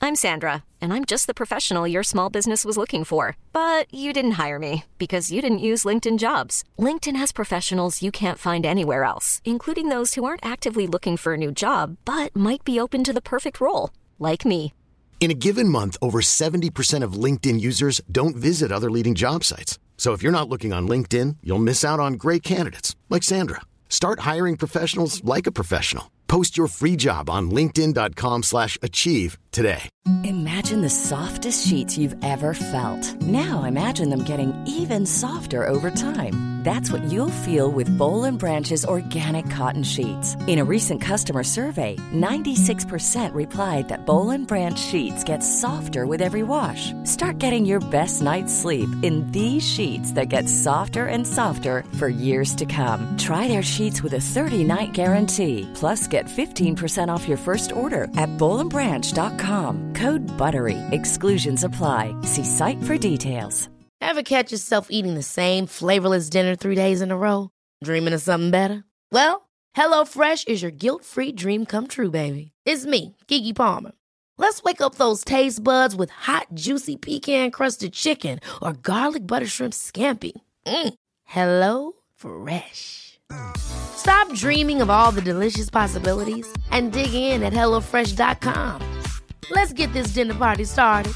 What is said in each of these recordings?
I'm Sandra, and I'm just the professional your small business was looking for. But you didn't hire me because you didn't use LinkedIn Jobs. LinkedIn has professionals you can't find anywhere else, including those who aren't actively looking for a new job, but might be open to the perfect role, like me. In a given month, over 70% of LinkedIn users don't visit other leading job sites. So if you're not looking on LinkedIn, you'll miss out on great candidates like Sandra. Start hiring professionals like a professional. Post your free job on linkedin.com/achieve today. Imagine the softest sheets you've ever felt. Now imagine them getting even softer over time. That's what you'll feel with Boll & Branch's organic cotton sheets. In a recent customer survey, 96% replied that Boll & Branch sheets get softer with every wash. Start getting your best night's sleep in these sheets that get softer and softer for years to come. Try their sheets with a 30-night guarantee. Plus, get 15% off your first order at BollandBranch.com. Code BUTTERY. Exclusions apply. See site for details. Ever catch yourself eating the same flavorless dinner 3 days in a row? Dreaming of something better? Well, HelloFresh is your guilt-free dream come true, baby. It's me, Keke Palmer. Let's wake up those taste buds with hot, juicy pecan-crusted chicken or garlic butter shrimp scampi. Hello Fresh. Stop dreaming of all the delicious possibilities and dig in at HelloFresh.com. Let's get this dinner party started.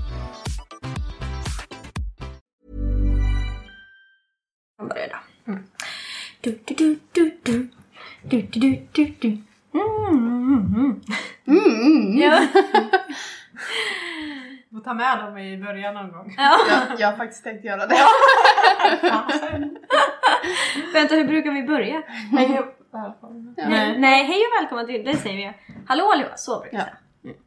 Ja. Får ta med dem i början någon gång. Ja. Jag har faktiskt tänkt göra det. Vänta, hur brukar vi börja? Hej och välkommen. Ja. Nej, hej och välkommen till, det säger vi. Hallå allihopa, så brukar jag säga.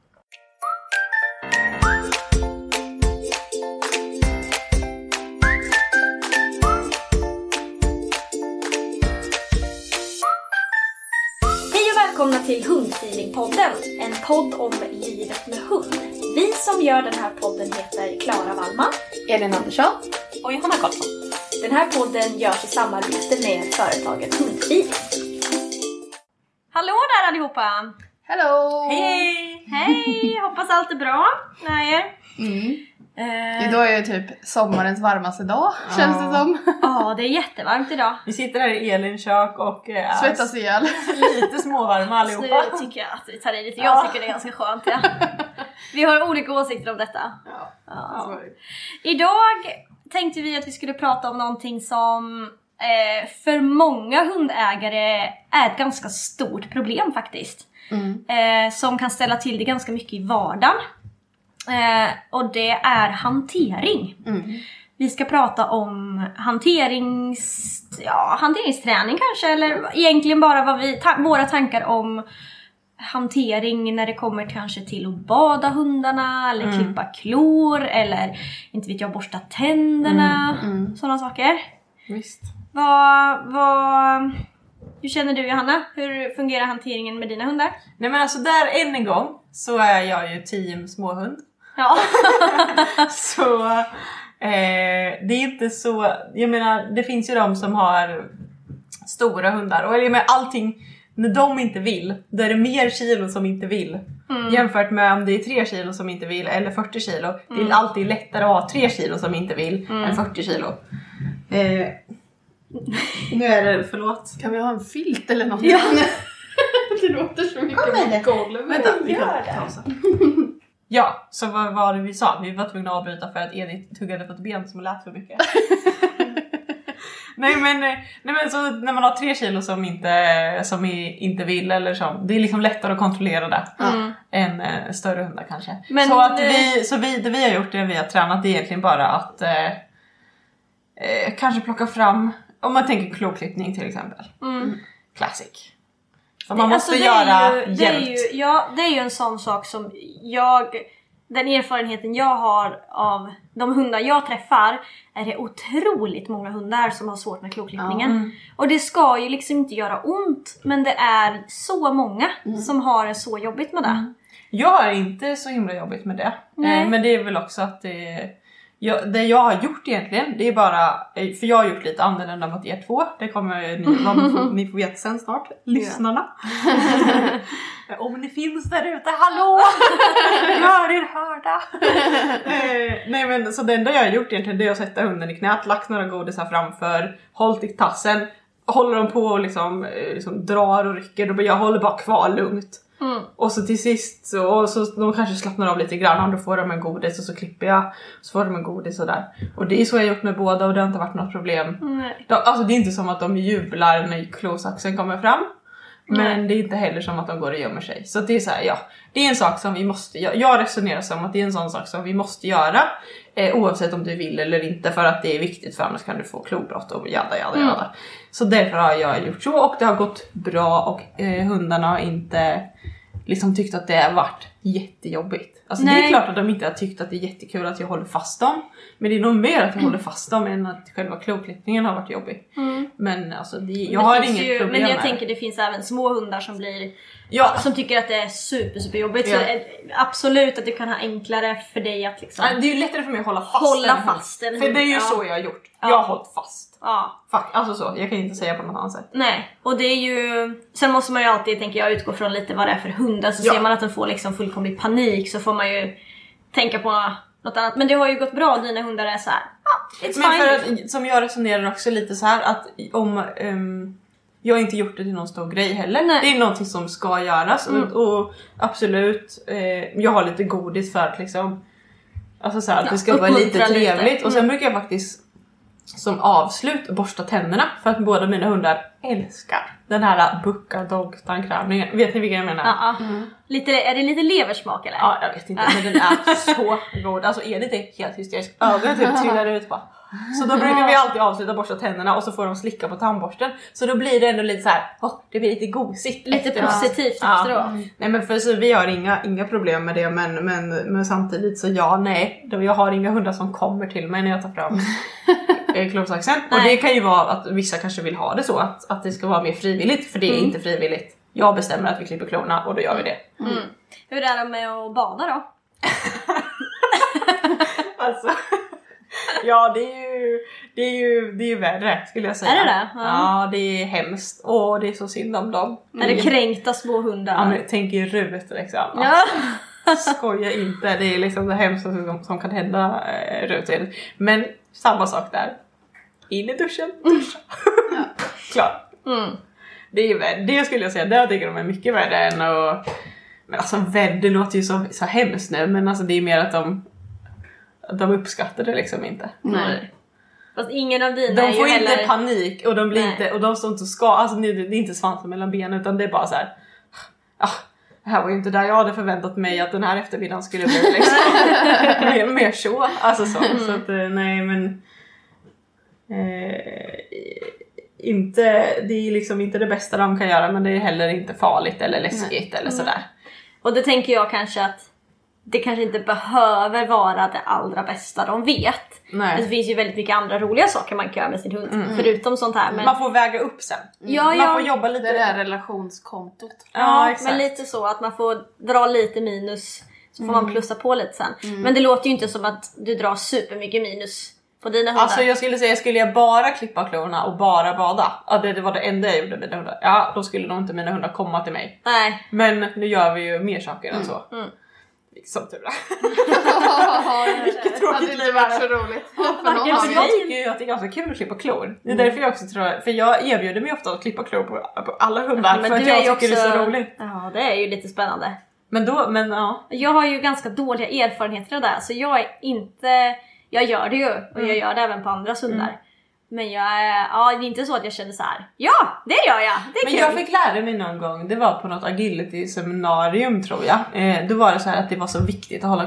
Välkomna till Hundfeelingpodden, en podd om livet med hund. Vi som gör den här podden heter Klara Wallman, Elin Andersson och Johanna Karlsson. Den här podden görs i samarbete med företaget Hundfeeling. Hallå där allihopa! Hello! Hej! Hej! Hoppas allt är bra med er. Idag är ju typ sommarens varmaste dag, känns det som. Ja, det är jättevarmt idag. Vi sitter här i Elins kök och svettas ihjäl. Lite småvarma allihopa. Så tycker jag att vi tar i lite. Jag tycker det är ganska skönt. Ja. Vi har olika åsikter om detta. Ja. Idag tänkte vi att vi skulle prata om någonting som för många hundägare är ett ganska stort problem faktiskt. Som kan ställa till det ganska mycket i vardagen. Och det är hantering. Vi ska prata om hanteringsträning kanske. Eller egentligen bara vad våra tankar om hantering när det kommer kanske till att bada hundarna. Eller klippa klor. Eller inte vet jag, borsta tänderna. Sådana saker. Visst. Hur känner du, Johanna? Hur fungerar hanteringen med dina hundar? Nej men alltså där än en gång så är jag ju team småhund. Ja. Så det är inte så, jag menar det finns ju de som har stora hundar och jag menar allting när de inte vill, då är det mer kilo som inte vill jämfört med om det är 3 kilo som inte vill eller 40 kilo. Det är alltid lättare att ha 3 kilo som inte vill än 40 kilo. Nu är det, förlåt. Kan vi ha en filt eller något? Ja. Det låter så mycket golv. Vänta, vi kan pausa. Ja, så vad var det vi sa? Vi var tvungna att avbryta för att Edith tuggade på ett ben som lät för mycket. nej men så när man har 3 kilo som inte vill eller så. Det är liksom lättare att kontrollera det än större hundar kanske. Men, så att det vi har gjort, det vi har tränat, det är egentligen bara att kanske plocka fram, om man tänker kloklippning till exempel. Classic. Som man måste göra jämt. Det är ju en sån sak som den erfarenheten jag har av de hundar jag träffar, är det otroligt många hundar som har svårt med kloklippningen. Och det ska ju liksom inte göra ont, men det är så många som har det så jobbigt med det. Jag har inte så himla jobbigt med det. Men det är väl också att det jag har gjort egentligen, det är bara, för jag har gjort lite annorlunda mot er två. Det kommer ni får veta sen snart, lyssnarna. Om ni finns där ute, hallå! Gör er döda. Nej men så det enda jag har gjort egentligen det är att sätta hunden i knät, lagt några godisar framför, hållit i tassen, håller de på och liksom drar och rycker och jag håller bara kvar lugnt. Och så till sist så de kanske slappnar av lite grann och då får de en godis och så klipper jag så får de en godis och där. Och det är så jag gjort med båda och det har inte varit något problem. Alltså det är inte som att de jublar när klåsaxen kommer fram. Men det är inte heller som att de går och gömmer sig. Så det är så här, ja, det är en sak som vi måste göra. Jag resonerar som att det är en sån sak som vi måste göra. Oavsett om du vill eller inte, för att det är viktigt, för annars kan du få klorbrott och jada. Så därför har jag gjort så och det har gått bra och hundarna har inte liksom tyckt att det har varit jättejobbigt. Alltså det är klart att de inte har tyckt att det är jättekul att jag håller fast dem. Men det är nog mer att jag håller fast dem än att själva kloklippningen har varit jobbig. Men alltså jag har inget problem men jag med. tänker det finns även små hundar som blir som tycker att det är superjobbigt. Så absolut att det kan ha enklare för dig att liksom det är ju lättare för mig att hålla fast den. För det är ju så jag har gjort. Jag har hållit fast. Alltså så, jag kan inte säga på något annat sätt. Nej, och det är ju sen måste man ju alltid, tänker jag, utgå från lite vad det är för hundar. Så ser man att den får liksom fullkomlig panik så får man ju tänka på något annat. Men det har ju gått bra, dina hundar är så här. It's men fine. för att, som jag resonerar också lite så här att om jag har inte gjort det till någon stor grej heller. Nej. Det är någonting som ska göras och absolut jag har lite godis för att liksom alltså så här, att det ska vara lite trevligt. Och sen brukar jag faktiskt som avslut borsta tänderna för att båda mina hundar älskar den här buckardog-tandkrämningen. Vet ni vilken jag menar? Är det lite leversmak eller? Ja, jag vet inte, men den är så god. Alltså är det inte helt hysteriskt? Ögonen typ trillar ut bara. Så då brukar vi alltid avsluta borsta tänderna och så får de slicka på tandborsten. Så då blir det ändå lite så här, det blir lite gosigt. Lite positivt efteråt. Nej men för så vi har inga problem med det, men samtidigt så jag har inga hundar som kommer till mig när jag tar fram klåsaxen. Och det kan ju vara att vissa kanske vill ha det så att det ska vara mer frivilligt, för det är inte frivilligt. Jag bestämmer att vi klipper klorna och då gör vi det. Hur är det med att bada då? Alltså ja, det är ju värre skulle jag säga. Är det det? Ja, det är hemskt. Och det är så synd om dem. Är det kränkta små hundar? Ja, men tänk er Rut liksom. Skoja inte. Det är liksom det hemskaste som kan hända Rut. Men samma sak där. In i duschen. Duscha. Klart. Det är värre. Det skulle jag säga. Det tycker de är mycket värre än att... Men alltså det låter ju så hemskt nu. Men alltså det är mer att de uppskattar det liksom inte. Nej. Fast ingen av dina de är får ju inte heller... panik och de blir inte, och de står inte och ska, alltså det är inte svansen mellan benen utan det är bara så här. Det här var ju inte där jag hade förväntat mig att den här eftermiddagen skulle bli liksom. mer så, alltså så att nej men inte, det är liksom inte det bästa de kan göra, men det är heller inte farligt eller läskigt eller sådär. Och det tänker jag kanske att det kanske inte behöver vara det allra bästa de vet. Nej. Det finns ju väldigt mycket andra roliga saker man kan göra med sin hund. Förutom sånt här. Men... Man får väga upp sen. Man får jobba lite. Det där relationskontot. Ja, exakt. Men lite så att man får dra lite minus. Så får man plussa på lite sen. Men det låter ju inte som att du drar supermycket minus på dina hundar. Alltså jag skulle säga, skulle jag bara klippa klorna och bara bada. Ja, det var det enda jag gjorde med mina hundar. Ja, då skulle nog inte mina hundar komma till mig. Nej. Men nu gör vi ju mer saker än så. Som tur är. Vilket tråkigt liv är så roligt. Jag tycker ju att det är ganska kul att klippa klor. Det är därför jag också tror, för jag erbjuder mig ofta att klippa klor på alla hundar. Men för att jag tycker det är så roligt. Ja, det är ju lite spännande. Men ja. Jag har ju ganska dåliga erfarenheter av det. Så jag gör det ju. Och jag gör det även på andras hundar. Men det är inte så att jag känner så här. Ja, det gör jag. Det är men kul. jag fick lära mig någon gång. Det var på något agility-seminarium tror jag. Då var det så här att det var så viktigt att hålla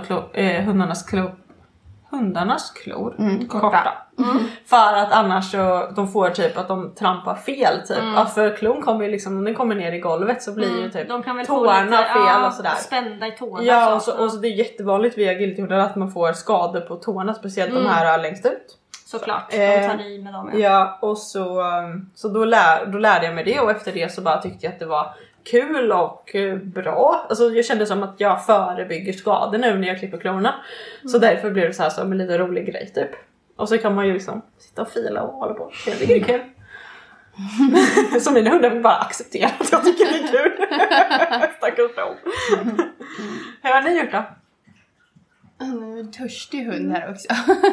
hundarnas klor korta. För att annars så de får typ att de trampar fel typ. Att för klon kommer ju liksom, om den kommer ner i golvet så blir ju typ de kan väl tårna fel och sådär. Spända i tårna. Ja, och så det är jättevanligt via agility-hundar att man får skador på tårna, speciellt de här längst ut. Såklart, de tar i med dem. Ja, och så då lärde jag mig det, och efter det så bara tyckte jag att det var kul och bra. Alltså jag kände som att jag förebygger skador nu när jag klipper klorna. Så därför blev det så här som en lite rolig grej typ. Och så kan man ju liksom sitta och fila och hålla på. Jag tycker det är kul. Så mina hundar vill bara acceptera att jag tycker det är kul. Stackars dem. Hur har ni gjort då? Han är en törstig hund här också.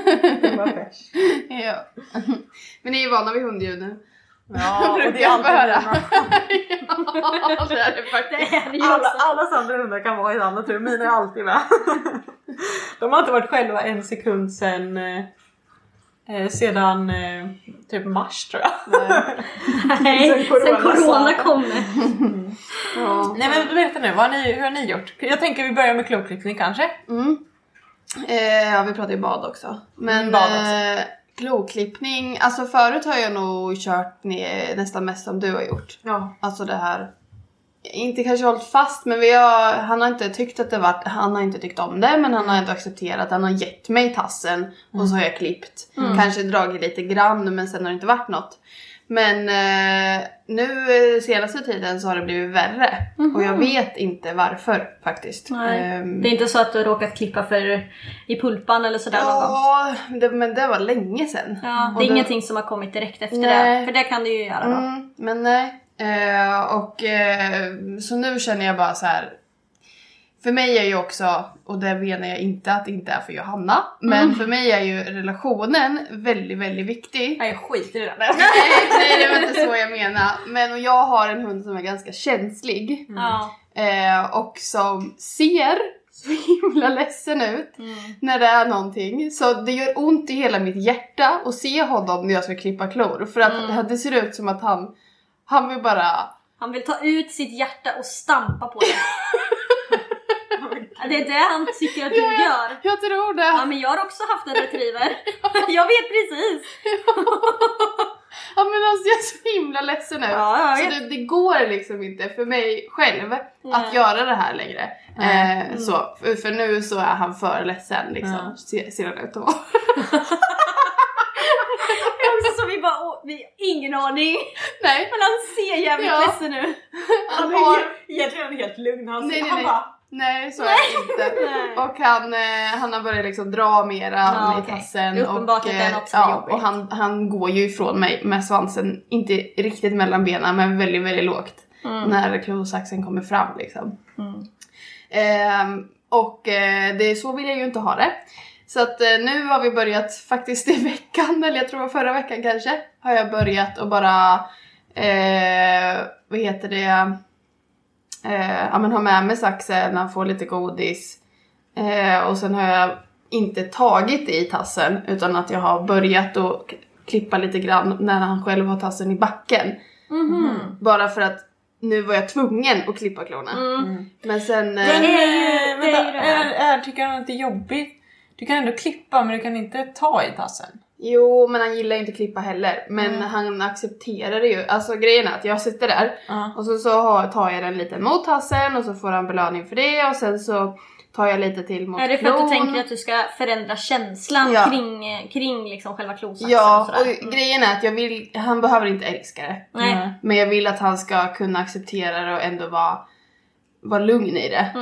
Ja. Men ni är ju vana vid hundljud nu. Ja, och det är alltid höra. Ja, det är det faktiskt. Alla andra hundar kan vara i ett annat rum. Mina är alltid med. De har inte varit själva en sekund sedan typ mars, tror jag. Nej, sen corona kom. Ja. Nej, men berätta nu, hur har ni gjort? Jag tänker vi börjar med kloklippning kanske. Ja, vi pratar ju bad också. Men kloklippning, alltså förut har jag nog kört nästan mest som du har gjort. Ja. Alltså det här, inte kanske hållit fast, men han har inte tyckt att han har inte tyckt om det, men han har ändå accepterat. Han har gett mig tassen och så har jag klippt. Kanske dragit lite grann, men sen har det inte varit något. Men nu senaste tiden så har det blivit värre. Och jag vet inte varför faktiskt. Det är inte så att du har råkat klippa i pulpan eller sådär någon gång? Men det var länge sedan. Ja, det är ingenting som har kommit direkt efter det. För det kan du ju göra då. Men nej. Så nu känner jag bara så här. För mig är ju också, och det menar jag inte att det inte är för Johanna, men för mig är ju relationen väldigt, väldigt viktig. Jag skiter i det. Nej, det var inte så jag menar. Men jag har en hund som är ganska känslig. Och som ser så himla ledsen ut när det är någonting. Så det gör ont i hela mitt hjärta att se honom när jag ska klippa klor. För att det ser ut som att han vill bara... Han vill ta ut sitt hjärta och stampa på det. Det är det han tycker att du gör. Jag tror det. Ja, men jag har också haft en retriever. Jag vet precis. Ja, men alltså jag är så himla ledsen nu. Så det går liksom inte för mig själv att göra det här längre. Så, för nu så är han för ledsen liksom. Ser han ut att vara. Så vi bara, vi har ingen aning. Nej. Men han ser jävligt ledsen ut. Han är egentligen helt lugn. Han bara... Nej, så är det inte. Och han har börjat liksom dra mera med tassen. Uppenbart att det är något som är jobbigt. Och han går ju ifrån mig med svansen, inte riktigt mellan benen, men väldigt, väldigt lågt. När klosaxen kommer fram liksom. Det så vill jag ju inte ha det. Så att nu har vi börjat faktiskt i veckan, eller jag tror förra veckan kanske, har jag börjat och bara, ha med mig saxen, han får lite godis. Och sen har jag inte tagit i tassen, utan att jag har börjat att klippa lite grann när han själv har tassen i backen. Bara för att nu var jag tvungen att klippa klorna. Men sen... tycker han att det är jobbigt? Du kan ändå klippa, men du kan inte ta i tassen. Jo, men han gillar inte klippa heller. Men han accepterar det ju. Alltså grejen är att jag sitter där. Och så tar jag den lite mot tassen. Och så får han belöning för det. Och sen så tar jag lite till mot klon. Är det för att du tänker att du ska förändra känslan kring liksom själva klosaxen? Ja, och grejen är att han behöver inte älska det. Men jag vill att han ska kunna acceptera det och ändå vara lugn i det.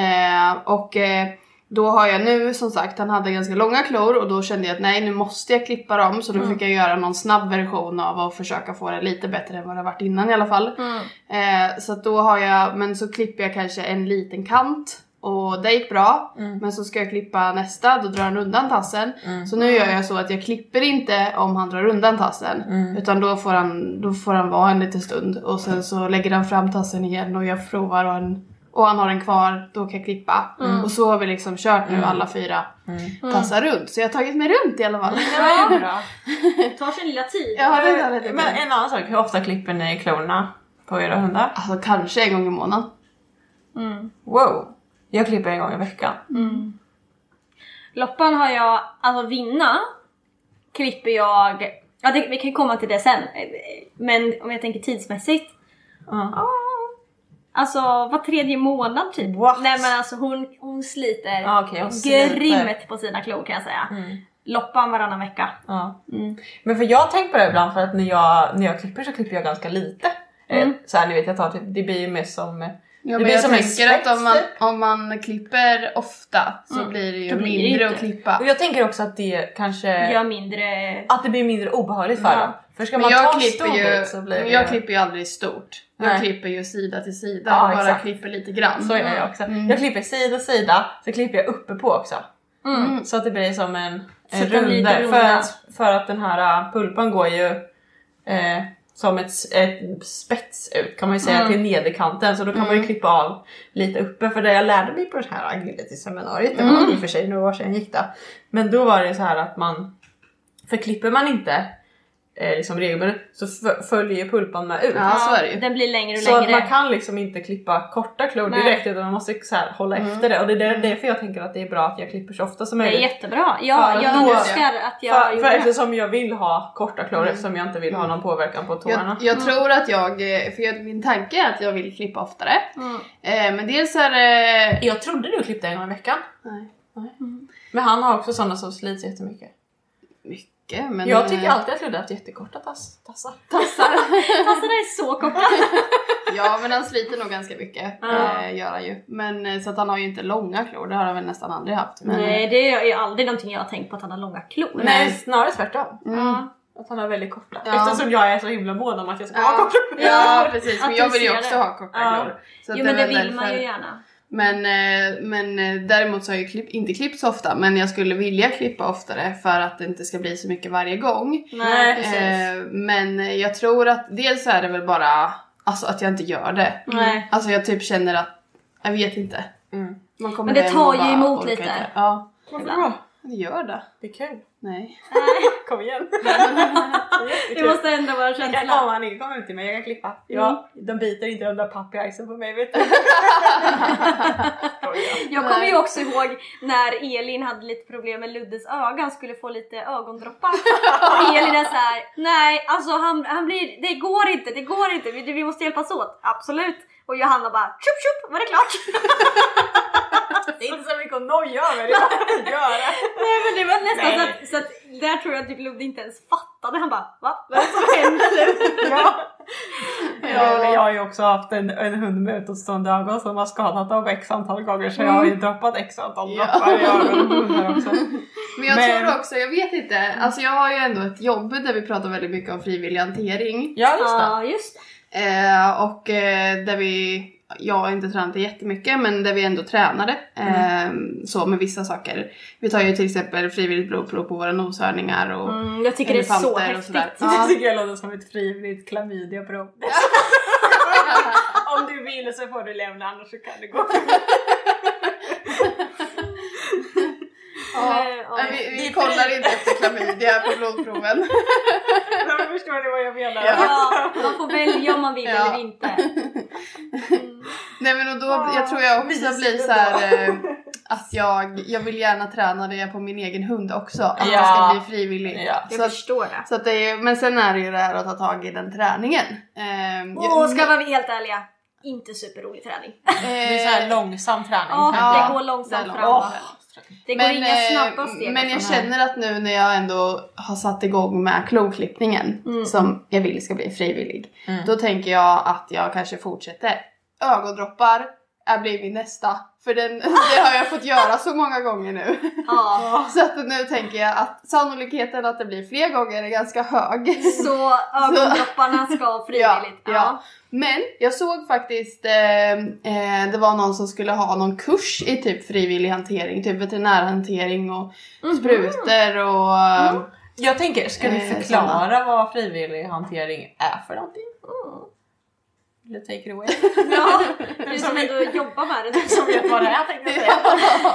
Då har jag nu, som sagt, han hade ganska långa klor och då kände jag att nej, nu måste jag klippa dem. Så då fick jag göra någon snabb version av att försöka få det lite bättre än vad det varit innan i alla fall. Så att då har men så klipper jag kanske en liten kant och det gick bra. Men så ska jag klippa nästa, då drar han undan tassen. Så nu gör jag så att jag klipper inte om han drar undan tassen. Utan då får han vara en liten stund. Och sen så lägger han fram tassen igen och jag provar och han har den kvar, då kan jag klippa. Och så har vi liksom kört nu alla 4 tassar runt. Så jag har tagit mig runt i alla fall. Ja, bra. Det tar sin lilla tid. Ja, det tar lite tid. Men en annan sak, hur ofta klipper ni klorna på era hundar? Alltså kanske en gång i månaden. Wow, jag klipper en gång i veckan. Loppan har jag, alltså Vinna klipper jag, vi kan komma till det sen. Men om jag tänker tidsmässigt. Alltså var 3:e månad typ. What? Nej men alltså hon sliter grymt på sina klor kan jag säga. Loppan varannan vecka. Men för jag har tänkt på det ibland, för att när jag klipper så klipper jag ganska lite. Så här, ni vet, jag tar typ, det blir ju mer som... Ja, men jag tänker att om man klipper ofta så blir det ju mindre att klippa. Och jag tänker också att det kanske gör mindre, att det blir mindre obehagligt för dem. För ska man ta stor så blir det... Jag klipper ju aldrig stort. Jag klipper ju sida till sida och bara klipper lite grann. Så är jag också. Jag klipper sida, så klipper jag uppe på också. Så att det blir som en runda. För att den här pulpan går ju som ett spets ut kan man ju säga till nederkanten. Så då kan man ju klippa av lite uppe. För det jag lärde mig på det här agility-seminariet, det var i och för sig några år sedan jag gick där. Men då var det så här att för klipper man inte liksom regelbundet så följer ju pulpan med ut. Ja, så är det ju. Den blir längre och så längre. Så man kan liksom inte klippa korta klor direkt utan man måste så här hålla efter det. Och det är därför jag tänker att det är bra att jag klipper så ofta som möjligt. Det är jättebra. Jag önskar att jag gjorde för eftersom jag vill ha korta klor eftersom jag inte vill ha någon påverkan på tårarna. Jag tror att min tanke är att jag vill klippa oftare. Men dels är det... Jag trodde du klippte en gång i veckan. Nej. Men han har också sådana som slits jättemycket. Men jag tycker alltid att Ludde har haft jättekorta tassar. Tassarna är så korta. Ja, men han sliter nog ganska mycket. Gör han ju. Men så att han har ju inte långa klor. Det har han väl nästan aldrig haft. Men... Nej, det är aldrig någonting jag har tänkt på att han har långa klor. Nej, snarare tvärtom. Att han har väldigt korta. Eftersom jag är så himla mån om att jag ska ha korta klor. Ja, precis. Men jag vill ju också ha korta klor. Så jo, men det vill man ju gärna. Men däremot så har jag inte klippt så ofta. Men jag skulle vilja klippa oftare för att det inte ska bli så mycket varje gång. Nej, precis. Men jag tror att dels är det väl bara alltså, att jag inte gör det. Alltså jag typ känner att jag vet inte. Man kommer men det tar ju emot lite. Inte. Ja. Varför då? Det gör det. Det är kul. Nej. Kom igen. Det måste ändå vara känsla. Han inte kommer ut till mig, jag kan klippa. Ja, de biter inte de där pappjajsen på mig, vet du. Jag kommer ju också ihåg när Elin hade lite problem med Luddes öga. Han skulle få lite ögondroppar. Och Elin är såhär, nej alltså han blir, det går inte. Vi måste hjälpas åt. Absolut. Och Johanna bara, tjup, var det klart? Det är inte så mycket att noja över det. Nej, men det var nästan så att där tror jag att typ Ludde inte ens fattade. Han bara, va? Vad är det som händer? Jag har ju också haft en hund med utåtstående ögon som har skadat av x antal gånger. Så jag har ju droppat x antal droppar i ögonen också. Men jag tror också, jag vet inte. Alltså jag har ju ändå ett jobb där vi pratar väldigt mycket om frivillig hantering. Ja, just det. Och där jag har inte tränat det jättemycket men där vi ändå tränade så med vissa saker. Vi tar ju till exempel frivilligt blodprov på våra noshörningar och jag tycker det är så häftigt. Jag tycker jag låter som ett frivilligt klamydiaprov. Om du vill så får du lämna, annars så kan det gå. Vi kollar inte efter klamydia på blodproven. Men förstår du vad jag menar? Ja, man får välja om man vill eller inte. Nej men och då, jag tror jag också blir så här att jag vill gärna träna det på min egen hund också. Att det ska bli frivilligt. Ja. Jag förstår det. Så att det är, men sen är det ju det här att ta tag i den träningen. Ska vara helt ärliga. Inte superrolig träning. Det är så här långsam träning. Ja, det går långsamt framåt. Det går inga snabba steg. Men jag känner att nu när jag ändå har satt igång med kloklippningen som jag vill ska bli frivillig. Då tänker jag att jag kanske fortsätter. Ögondroppar blir min nästa. För det har jag fått göra så många gånger nu. Så att nu tänker jag att sannolikheten att det blir fler gånger är ganska hög. Så ögondropparna ska frivilligt. Ja. Men jag såg faktiskt det var någon som skulle ha någon kurs i typ frivillig hantering, typ veterinärhantering och sprutor och jag tänker, ska du förklara vad frivillig hantering är för någonting? Vill take it away? Ja, du som ändå jobbar med det. Som vet vad det är, tänkte jag säga.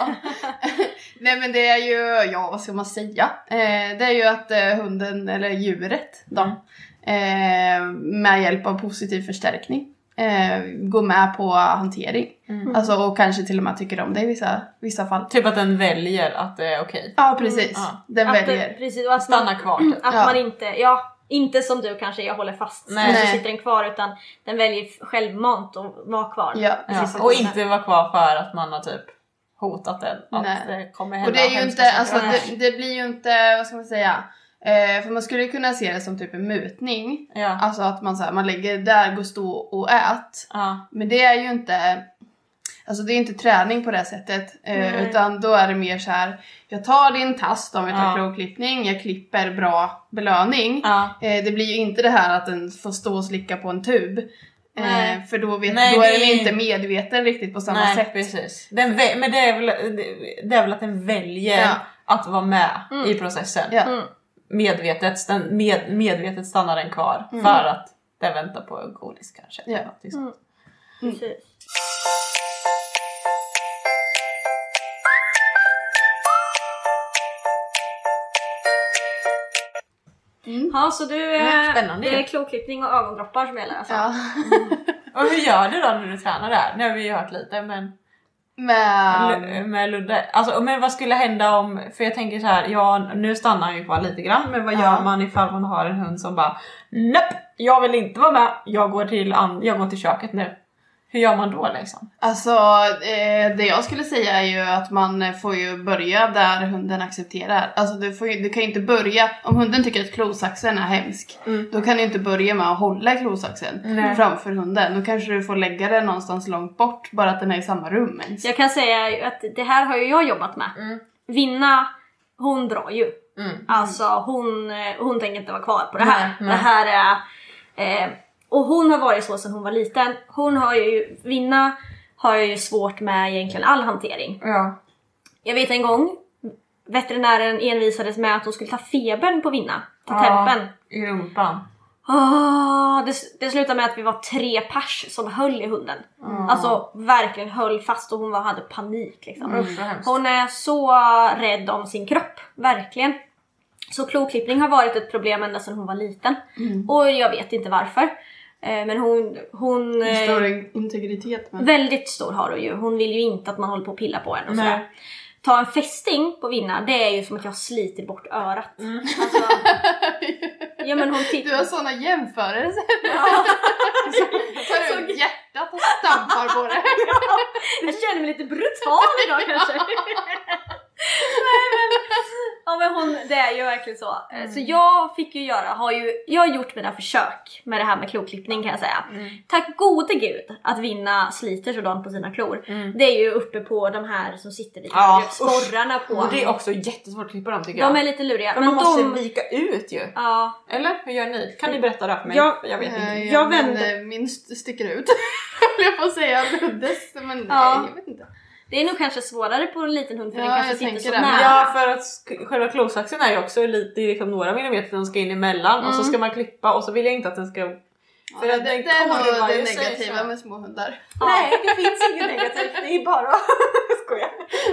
Nej men det är ju, vad ska man säga? Det är ju att hunden eller djuret då, med hjälp av positiv förstärkning går med på hantering. Alltså, och kanske till och med tycker om det i vissa fall. Typ att den väljer att det är okej. Ja, precis. Den väljer. Precis, och att stanna kvar. Typ. Att man inte som du kanske, jag håller fast. Nej. Så sitter den kvar, utan den väljer självmant att vara kvar. Ja. Och inte vara kvar för att man har typ hotat den. Att det kommer hända. Och det är ju inte, alltså det blir ju inte, vad ska man säga? För man skulle kunna se det som typ en mutning. Ja. Alltså att man lägger där, går stå och ät. Ja. Men det är ju inte, alltså det är inte träning på det sättet. Utan då är det mer så här: jag tar din tast om vi tar kloklippning, jag klipper bra belöning. Det blir ju inte det här att den får stå och slicka på en tub. För då är den inte medveten riktigt på samma sätt. Precis. Men det är väl att den väljer att vara med i processen. Ja. Medvetet stannar den kvar för att den väntar på godis kanske. Ja. Precis. Ja, så det är kloklippning och ögondroppar som gäller alltså. Ja. Och hur gör du då när du tränar där? Nu har vi ju hört lite, men med Ludde. Alltså, men vad skulle hända om, för jag tänker så här, nu stannar han ju kvar lite grann, men vad gör man ifall man har en hund som bara nope, jag vill inte vara med, jag går till köket nu. Hur gör man då liksom? Alltså det jag skulle säga är ju att man får ju börja där hunden accepterar. Alltså du kan ju inte börja, om hunden tycker att klosaxen är hemsk, då kan du inte börja med att hålla klosaxen framför hunden. Då kanske du får lägga den någonstans långt bort, bara att den är i samma rum ens. Jag kan säga att det här har ju jag jobbat med. Vinna, hon drar ju. Alltså hon tänker inte vara kvar på det här. Det här är... Och hon har varit så sedan hon var liten. Vinna har ju svårt med egentligen all hantering. Ja. Jag vet en gång, veterinären envisades med att hon skulle ta febern på Vinna. Ta tempen. I rumpan. Det slutade med att vi var 3 pers som höll i hunden. Alltså verkligen höll fast och hon hade panik liksom. Hon är så rädd om sin kropp, verkligen. Så kloklippning har varit ett problem ända sedan hon var liten. Och jag vet inte varför. Men hon stor integritet med. Väldigt stor har hon ju. Hon vill ju inte att man håller på och pilla på henne och sådär. Ta en fästing på Vinna, det är ju som att jag sliter bort örat. Alltså, ja, men du har såna jämförelser. Så tar du hjärtat och stampar på det. Jag känner mig lite brutal idag kanske. Men det är ju verkligen så. Så jag fick ju jag har gjort mina försök med det här med kloklippning kan jag säga. Tack gode gud att Vinna sliter sådant på sina klor. Det är ju uppe på de här som sitter lite sporrarna på. Och det är också jättesvårt att klippa dem tycker jag. De är lite luriga. Men man måste vika ut ju. Ja. Eller hur gör ni? Kan ni berätta det för mig? Jag vet inte. Jag vänder min sticker ut. Jag får säga Luddes, men jag vet inte. Det är nog kanske svårare på en liten hund för den kanske sitter så nära. Ja, för att själva klosaxen är ju också lite liksom några millimeter den ska in emellan och så ska man klippa och så vill jag inte att den ska... För att det är nog det negativa med små hundar. Nej, det finns inget negativt. Det är bara... Skojar.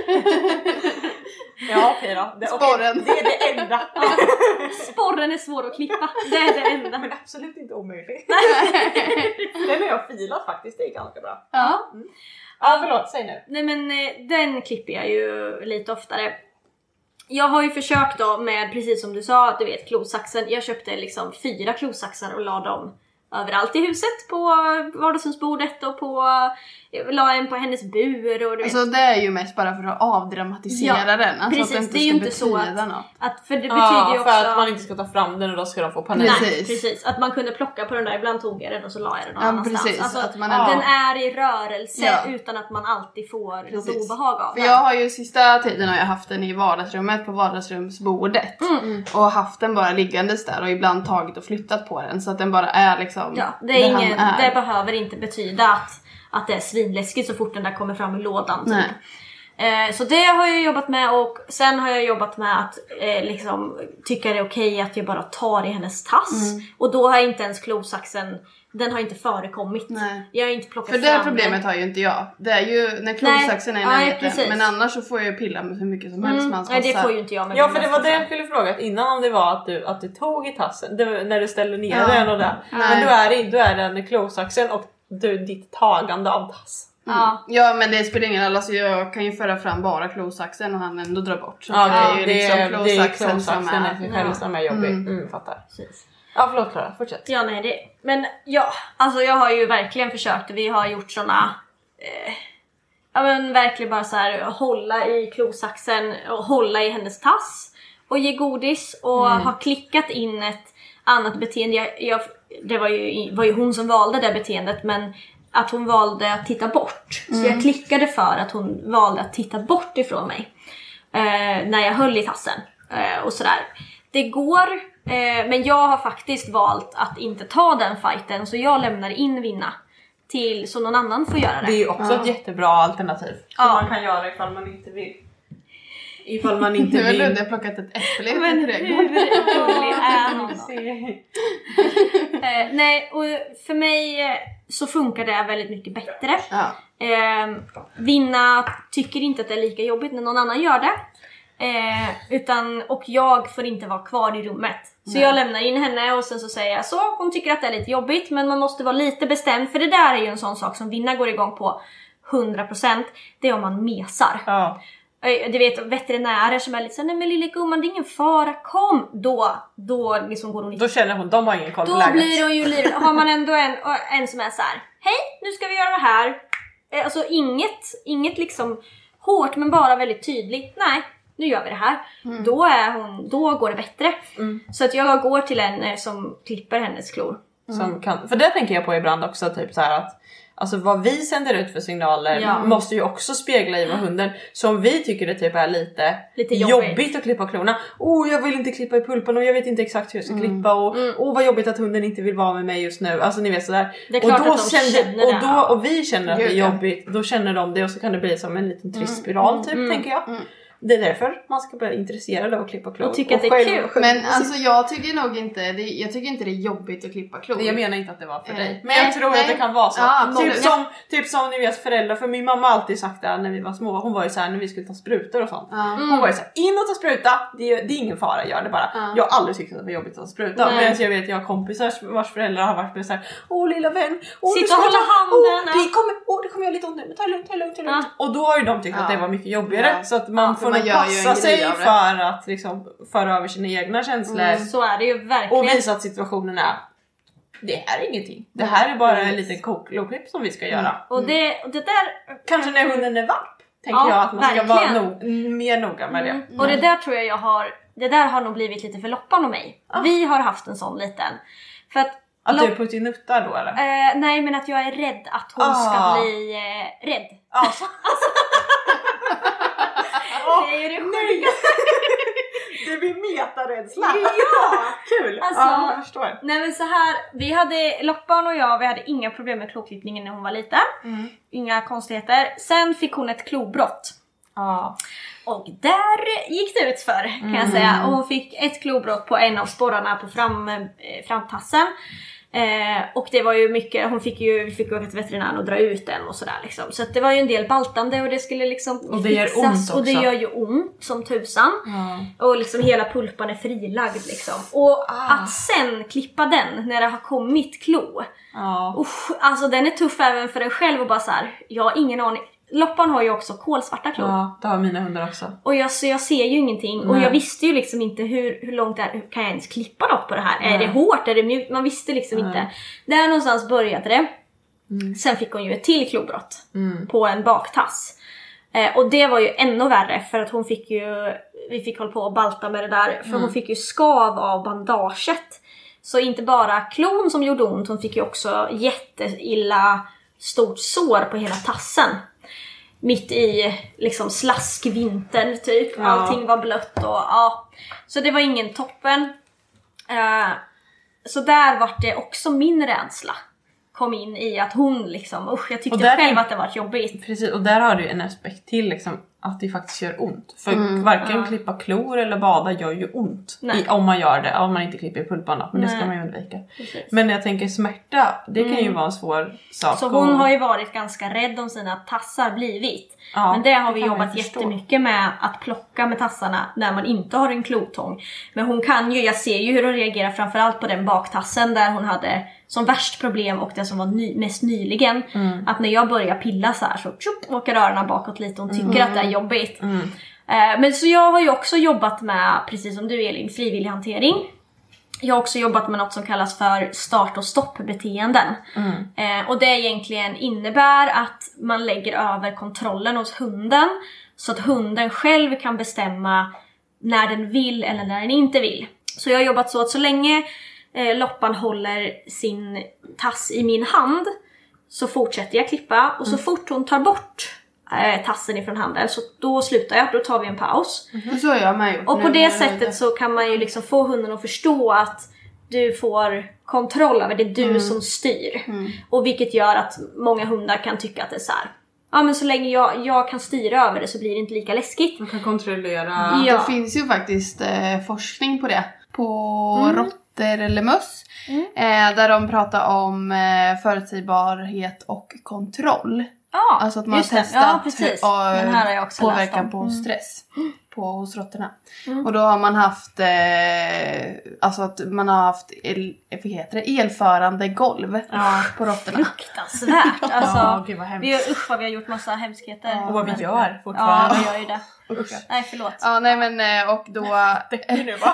Ja, okej då. Sporren. Det är det enda. Sporren är svår att klippa. Det är det enda. Men absolut inte omöjligt. Den har jag filat faktiskt. Det är ganska bra. Ja. Ja, förlåt. Säg nu. Nej, men den klipper jag ju lite oftare. Jag har ju försökt då med, precis som du sa, du vet, klosaxen. Jag köpte liksom 4 klosaxar och la dem överallt i huset, på vardagsrumsbordet och la en på hennes bur och du vet. Alltså det är ju mest bara för att avdramatisera den. Alltså precis, att det är ju inte så att för det betyder ju också för att man inte ska ta fram den och då ska de få panik. Nej, precis. Att man kunde plocka på den där, ibland tog jag den och så la jag den någon annanstans. Precis, alltså, att man den är i rörelse utan att man alltid får något obehag av den. För jag har ju sista tiden har jag haft den i vardagsrummet på vardagsrumsbordet och haft den bara liggandes där och ibland tagit och flyttat på den så att den bara är liksom det behöver inte betyda att det är svinläskigt så fort den där kommer fram i lådan typ. Så det har jag jobbat med och sen har jag jobbat med att liksom tycka det är okej att jag bara tar i hennes tass och då har jag inte ens klosaxen, den har inte förekommit. Nej. Jag har inte plockat för fram det problemet har ju inte jag. Det är ju när klosaxen är i närheten. Men annars så får jag pilla med hur mycket som helst med nej, det får ju inte jag med. Ja, för det var det jag skulle fråga innan, om det var att du tog i tassen när du ställde ner den och där. Men då är den klosaxen och ditt tagande av tass. Ja, men det spelar ingen roll, alltså jag kan ju föra fram bara klosaxen och han ändå drar bort. Så det är ju liksom klosaxen som är jobbig. Fattar. Precis. Ja, förlåt Klara, fortsätt. Ja, nej, men alltså jag har ju verkligen försökt. Vi har gjort såna men verkligen bara så här hålla i klosaxen och hålla i hennes tass och ge godis och ha klickat in ett annat beteende. Det var ju hon som valde det beteendet, men att hon valde att titta bort. Så jag klickade för att hon valde att titta bort ifrån mig när jag höll i tassen och sådär. Det går, men jag har faktiskt valt att inte ta den fighten, så jag lämnar in Vinna till så någon annan får göra det. Det är ju också ett jättebra alternativ. Som man kan göra ifall man inte vill. Ifall man inte vill. Nu har Ludde plockat ett äpple i Men trädgården. Nej, och för mig så funkar det väldigt mycket bättre. Ja. Vinna tycker inte att det är lika jobbigt när någon annan gör det. Och jag får inte vara kvar i rummet. Så jag lämnar in henne och sen så säger jag så. Hon tycker att det är lite jobbigt, men man måste vara lite bestämd. För det där är ju en sån sak som Vinna går igång på 100%. Det är om man mesar. Ja. Du vet, veterinärer som är lite så, nej men lille gumman, det är ingen fara, kom. Då liksom går hon Då känner hon, de har ingen koll på Då läget. blir hon ju livet. Har man ändå en som är så här: hej, nu ska vi göra det här. Alltså inget liksom hårt, men bara väldigt tydligt. Nej, nu gör vi det här. Då går det bättre. Så att jag går till en som klipper hennes klor. Som kan, för det tänker jag på ibland också, typ så här att alltså vad vi sänder ut för signaler måste ju också spegla i vad hunden, som vi tycker det typ är lite jobbigt att klippa klorna. Jag vill inte klippa i pulpan och jag vet inte exakt hur jag ska klippa och vad jobbigt att hunden inte vill vara med mig just nu. Alltså ni vet sådär. Det är klart att de känner det. Och vi känner att det är jobbigt, då känner de det och så kan det bli som en liten trist spiral typ, tänker jag. Det är därför man ska bli intresserad av att klippa klor. Och tycka att det är kul. Men alltså jag tycker nog inte jag tycker inte det är jobbigt att klippa klor. Jag menar inte att det var för dig. Men jag tror att det kan vara så. Typ som ni vet föräldrar. För min mamma har alltid sagt det när vi var små. Hon var ju så här när vi skulle ta sprutor och sånt. Hon var ju så här, in och ta spruta. Det är ingen fara, gör det bara. Jag har aldrig tyckt att det var jobbigt att ta spruta. Men jag vet, jag har kompisar vars föräldrar har varit så här: lilla vän. Sitta och hålla handen. Det kommer göra lite ont nu. Men ta lugnt. Och då har ju de tyckt att det var mycket jobbigare. Så att man får passa sig för att liksom föra över sina egna känslor. Så är det ju verkligen. Och visa att situationen är, det här är ingenting. Det här är bara en liten kokloklipp som vi ska göra. Och det där... Kanske när hunden är valp, tänker jag att man ska vara mer noga med det. Och det där tror jag det där har nog blivit lite för Loppan och mig. Vi har haft en sån liten. För att du puttinuttar då eller? Nej, men att jag är rädd att hon ska bli rädd. Alltså. Det är ju det sjukaste. Det blir metarädsla. Ja! Kul. Alltså, jag förstår. Nej men så här, Loppan och jag, vi hade inga problem med kloklippningen när hon var liten. Inga konstigheter. Sen fick hon ett klobrott. Och där gick det ut för, kan jag säga. Och hon fick ett klobrott på en av sporrarna på framtassen. Och det var ju mycket, vi fick ju åka till veterinären och dra ut den och sådär liksom. Så att det var ju en del baltande och det skulle liksom och det gör ont också. Och det gör ju ont som tusan. Och liksom hela pulpan är frilagd liksom. Och att sen klippa den när det har kommit klo. Alltså den är tuff även för en själv och bara så här, jag har ingen aning. Loppan har ju också kolsvarta klor. Ja, det har mina hundar också. Och jag ser ju ingenting. Och jag visste ju liksom inte hur långt det är. Hur kan jag ens klippa något på det här? Är det hårt? Är det mjukt? Man visste liksom inte. Där någonstans började det. Sen fick hon ju ett till klobrott. På en baktass. Och det var ju ännu värre. För att vi fick hålla på och balta med det där. För hon fick ju skav av bandaget. Så inte bara klon som gjorde ont. Hon fick ju också jätteilla stort sår på hela tassen. Mitt i liksom slaskvintern typ. Allting var blött och så det var ingen toppen. Så där var det också min rädsla kom in i att hon liksom, jag tyckte själv att det var jobbigt. Precis, och där har du en aspekt till liksom, att det faktiskt gör ont. För varken klippa klor eller bada gör ju ont. Om man gör det, om man inte klipper i pulparna. Men det ska man ju undvika. Precis. Men jag tänker smärta, det kan ju vara en svår sak. Så hon har ju varit ganska rädd om sina tassar blivit. Men det har vi jobbat jättemycket med, att plocka med tassarna när man inte har en klotång. Men hon kan ju, jag ser ju hur hon reagerar framförallt på den baktassen där hon hade som värst problem och det som var mest nyligen. Att när jag börjar pilla så här så åker rörarna bakåt lite och tycker att det är jobbigt. Men så jag har ju också jobbat med, precis som du Elin, frivillig hantering. Jag har också jobbat med något som kallas för start- och stoppbeteenden. Och det egentligen innebär att man lägger över kontrollen hos hunden. Så att hunden själv kan bestämma när den vill eller när den inte vill. Så jag har jobbat så att så länge Loppan håller sin tass i min hand så fortsätter jag klippa. Och så fort hon tar bort tassen ifrån handen så då slutar jag, då tar vi en paus. Så har jag med gjort. Och på det sättet så kan man ju liksom få hunden att förstå att du får kontroll över, det är du som styr. Och vilket gör att många hundar kan tycka att det är så här. Ja, men så länge jag kan styra över det så blir det inte lika läskigt. Man kan kontrollera. Det finns ju faktiskt forskning på det. På råttor eller möss. Där de pratar om förutsägbarhet och kontroll. Ja, alltså att man just det. testat Ja, precis. Den här har jag också påverkan på stress hos råttorna. Och då har man haft alltså att man har haft elförande golv på råttorna. Fruktansvärt. Alltså, Gud, vad hemskt. vad vi har gjort massa hemskheter. Och vad vi gör fortfarande. Ja, vi gör ju det. Nej, förlåt. Ja, nej men och då Nu va?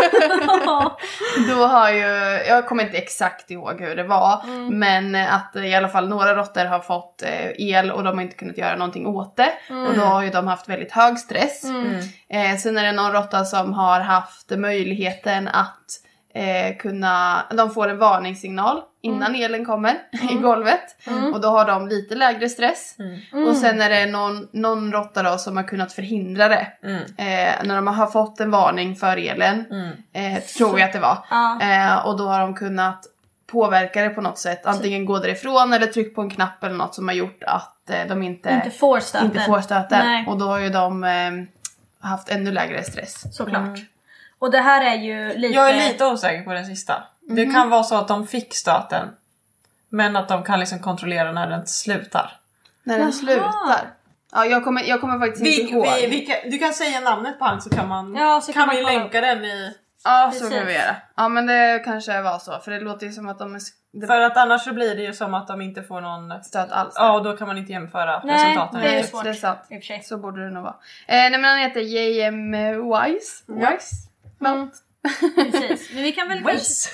då har ju, jag kommer inte exakt ihåg hur det var, men att i alla fall några råttor har fått el och de har inte kunnat göra någonting åt det. Och då har ju de haft väldigt hög stress. Sen är det någon råtta som har haft möjligheten att de får en varningssignal innan elen kommer i golvet. Och då har de lite lägre stress. Och sen är det någon råtta då som har kunnat förhindra det. När de har fått en varning för elen. Tror jag att det var. Och då har de kunnat påverka det på något sätt. Antingen gå därifrån eller tryck på en knapp eller något som har gjort att de inte får stöten. Och då har ju de haft ännu lägre stress. Såklart. Och det här är ju lite... Jag är lite osäker på den sista. Det kan vara så att de fick stöten. Men att de kan liksom kontrollera när den slutar. När den slutar? Ja, jag kommer faktiskt inte ihåg. Du kan säga namnet på han så kan man, kan vi länka den i... Ja, så kan vi göra. Ja, men det kanske var så. För det låter ju som att de är... För att annars så blir det ju som att de inte får någon stöt alls. Ja, och då kan man inte jämföra resultaten. Nej, det är sant. Så borde det nog vara. Nej, men han heter J.M. Wise. Precis. Men vi kan väl... Wise.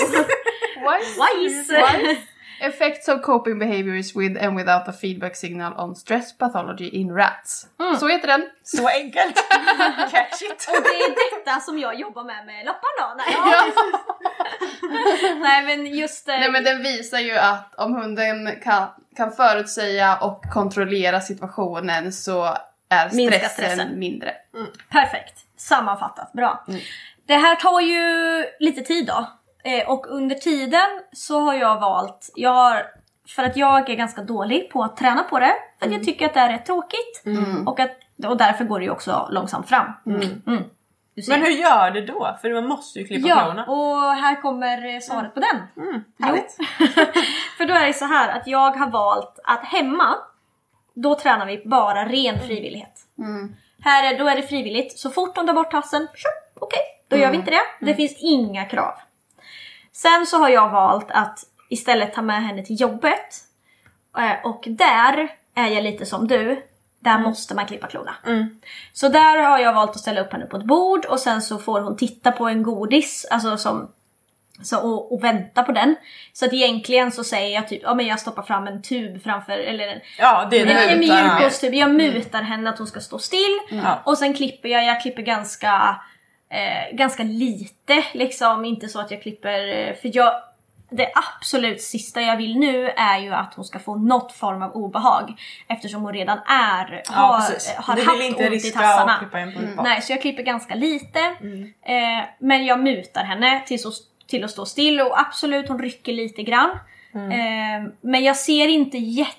Effects of coping behaviors with and without a feedback signal on stress pathology in rats. Så heter den. Så enkelt. Catch it. Och det är detta som jag jobbar med Loppan då. Nej. Nej, men just det. Nej, men den visar ju att om hunden kan förutsäga och kontrollera situationen så är stressen mindre. Perfekt. Sammanfattat. Bra. Det här tar ju lite tid då. Och under tiden så har jag valt, för att jag är ganska dålig på att träna på det. För att jag tycker att det är rätt tråkigt. Och därför går det ju också långsamt fram. Men hur gör det då? För man måste ju klippa klorna. Och här kommer svaret på den. Härligt. För då är det så här att jag har valt att hemma, då tränar vi bara ren frivillighet. Då är det frivilligt. Så fort de tar bort tassen, okej, då gör vi inte det. Det finns inga krav. Sen så har jag valt att istället ta med henne till jobbet. Och där är jag lite som du. Där måste man klippa klorna. Så där har jag valt att ställa upp henne på ett bord. Och sen så får hon titta på en godis. Alltså och vänta på den. Så att egentligen så säger jag typ, men jag stoppar fram en tub framför. Eller en mjukostub. Jag mutar henne att hon ska stå still. Och sen klipper jag klipper ganska lite liksom, inte så att jag klipper, för det absolut sista jag vill nu är ju att hon ska få något form av obehag, eftersom hon redan har haft ont i tassarna. Nej, så jag klipper ganska lite. Men jag mutar henne till att stå still, och absolut hon rycker lite grann. Men jag ser inte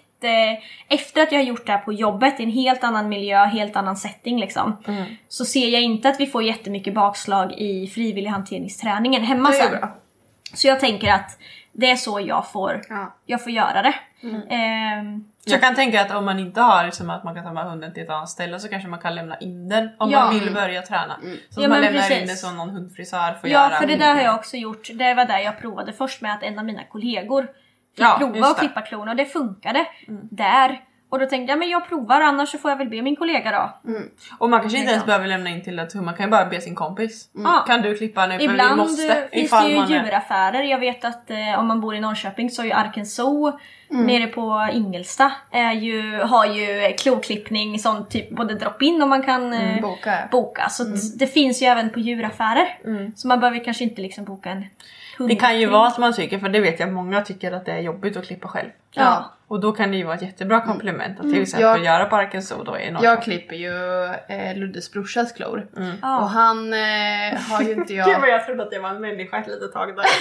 efter att jag har gjort det här på jobbet i en helt annan miljö, helt annan setting liksom, så ser jag inte att vi får jättemycket bakslag i frivillig hanteringsträningen hemma sen. Så jag tänker att det är så jag får göra det. Jag kan tänka att om man inte har liksom, att man kan ta med hunden till ett annat ställe, så kanske man kan lämna in den om man vill börja träna. Så att man lämnar in det som någon hundfrisör får göra. Ja, för det där har jag också gjort. Det var där jag provade först med att en av mina kollegor fick prova att klippa klorna, och det funkade där. Och då tänkte jag, men jag provar, annars så får jag väl be min kollega då. Och man kanske inte ens behöver lämna in till att man kan bara be sin kompis. Kan du klippa nu, för ibland vi måste. Finns det ju djuraffärer. Jag vet att om man bor i Norrköping så är ju Arken Zoo nere på Ingelsta har ju kloklippning sån typ både drop-in och man kan boka. Så det finns ju även på djuraffärer. Så man behöver kanske inte liksom boka en hund. Det kan ju vara att man tycker, för det vet jag många tycker att det är jobbigt att klippa själv. Ja. Och då kan det ju vara ett jättebra komplement att till exempel göra Parkinson då. Jag klipper ju Luddes brorsas klor. Och han har ju inte jag... Gud vad jag trodde att det var en människa ett litet tag där.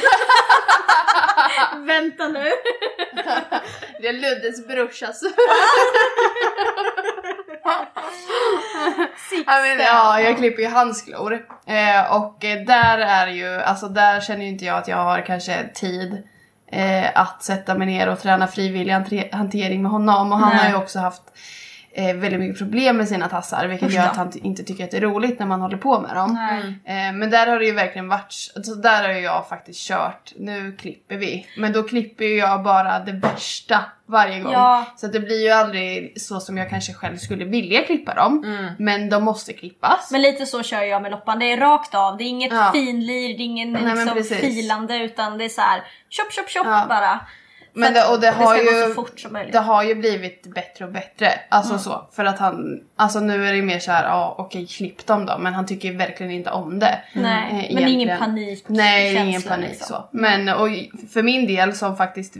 Vänta nu. Det är Luddes brorsas. Jag klipper ju hans klor. Och där är ju, alltså där känner ju inte jag att jag har kanske tid att sätta mig ner och träna frivillig hantering med honom. Och han har ju också haft väldigt mycket problem med sina tassar, vilket gör att han inte tycker att det är roligt när man håller på med dem. Men där har det ju verkligen varit, alltså där har jag faktiskt kört, nu klipper vi, men då klipper jag bara det värsta varje gång. Så att det blir ju aldrig så som jag kanske själv skulle vilja klippa dem, men de måste klippas. Men lite så kör jag med loppan, det är rakt av, det är inget finlir, det är ingen liksom filande, utan det är så här chop bara. Men det har ju gå så fort som möjligt. Det har ju blivit bättre och bättre. Alltså så. För att han... Alltså nu är det mer så här, okej, klipp dem då. Men han tycker verkligen inte om det. Nej, men det är ingen panik. Nej, det är ingen panik liksom. Så. Men och för min del som faktiskt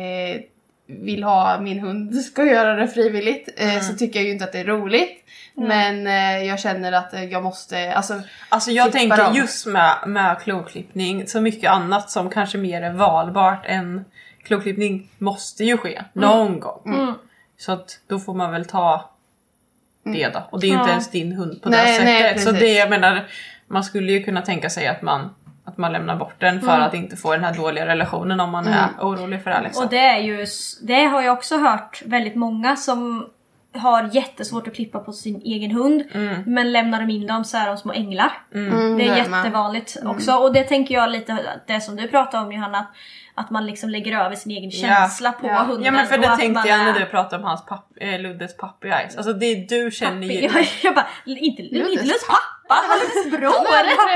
vill ha min hund ska göra det frivilligt. Så tycker jag ju inte att det är roligt. Men jag känner att jag måste... Alltså jag tänker just med kloklippning så mycket annat som kanske mer är valbart än... Kloklippning måste ju ske någon gång. Så att då får man väl ta det då. Och det är ju inte ens din hund på det sättet. Nej, så det, jag menar, man skulle ju kunna tänka sig att man lämnar bort den för att inte få den här dåliga relationen om man är orolig för det. Liksom. Och det har jag också hört väldigt många som har jättesvårt att klippa på sin egen hund, men lämnar de in dem så är de små änglar. Det är jättevanligt också. Och det tänker jag lite, det som du pratade om, Johanna, att man liksom lägger över sin egen känsla på hunden. Ja, men för det tänkte jag när du pratade om hans Luddes puppy eyes. Alltså det du känner ju... Jag bara, inte Luddes pappa, Luddes bror.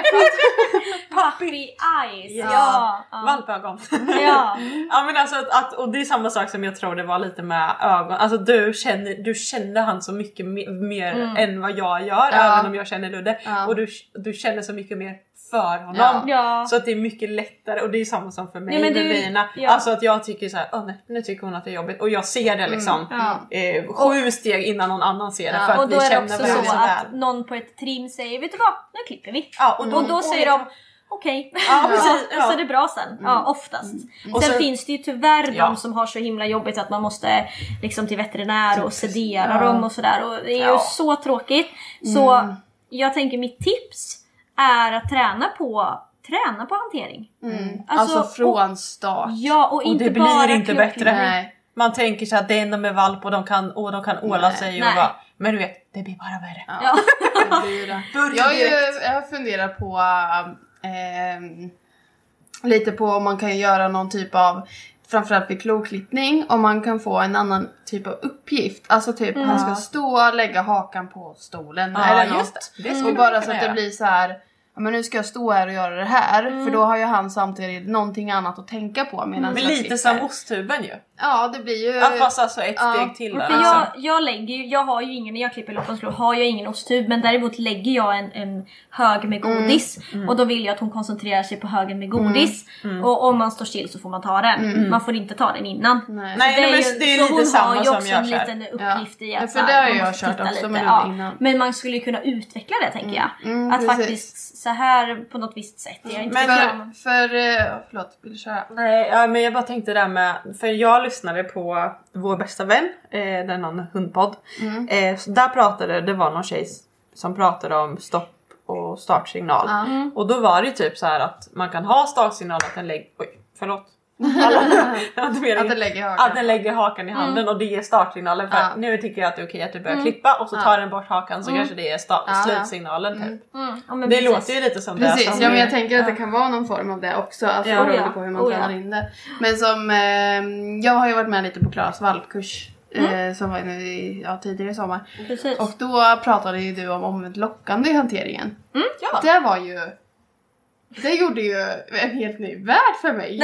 Puppy eyes. Ja. Valpögon. Ja. Ja, men alltså och det är samma sak som jag tror det var lite med ögon. Alltså du känner han så mycket mer än vad jag gör, även om jag känner Ludde. Och du känner så mycket mer för honom. Så att det är mycket lättare. Och det är samma som för mig med Bina. Alltså att jag tycker så här, nu tycker hon att det är jobbigt. Och jag ser det liksom 7 steg innan någon annan ser det. För att och då vi är det känner också varandra så så att väl. någon på ett trim säger, vet du vad, nu klipper vi. Och då säger de okej. Så är det bra sen. Ja, oftast. Sen finns det ju tyvärr de som har så himla jobbigt att man måste liksom till veterinär och sedera dem och sådär. Och det är ju så tråkigt. Så jag tänker mitt tips är att träna på hantering. Alltså från start. Ja, och inte det blir bara inte bättre. Nej. Man tänker sig att det är ändå med valp och de kan åla sig och bara, men du vet, det blir bara värre. Ja. Jag har funderat på lite på om man kan göra någon typ av, framförallt vid kloklippning, om man kan få en annan typ av uppgift. Alltså typ han ska stå och lägga hakan på stolen eller något. Det och bara så att det blir så här, men nu ska jag stå här och göra det här. För då har ju han samtidigt någonting annat att tänka på. Men lite som osttuben ju. Ja, det blir ju... Ja, fast alltså ett steg till där. För jag har ju ingen, när jag klipper loppens har jag ingen osttub. Men däremot lägger jag en hög med godis. Och då vill jag att hon koncentrerar sig på högen med godis. Och om man står still så får man ta den. Man får inte ta den innan. Nej, det är lite samma som jag kör. En liten uppgift i att för det har jag kört också med innan. Men man skulle kunna utveckla det, tänker jag. Att faktiskt så här på något visst sätt. Jag är inte förlåt, vill du köra? Nej, men jag bara tänkte där med, för jag lyssnade på vår bästa vän, den någon hundpodd. Så där pratade, det var någon tjej som pratade om stopp och startsignal. Och då var det typ så här att man kan ha startsignal att den lägger, att den lägger hakan i handen och det är startsignalen för nu tycker jag att det är okej att du börjar klippa och så tar den bort hakan så kanske det är slutsignalen typ. Det låter ju lite som precis, det som men jag tänker att det kan vara någon form av det också, alltså beroende på hur man tränar in det. Men som jag har ju varit med lite på Klaras valpkurs som var nu tidigare i sommar. Precis. Och då pratade ju du om omvänt lockande i hanteringen. Det var ju Det gjorde ju en helt ny värld för mig.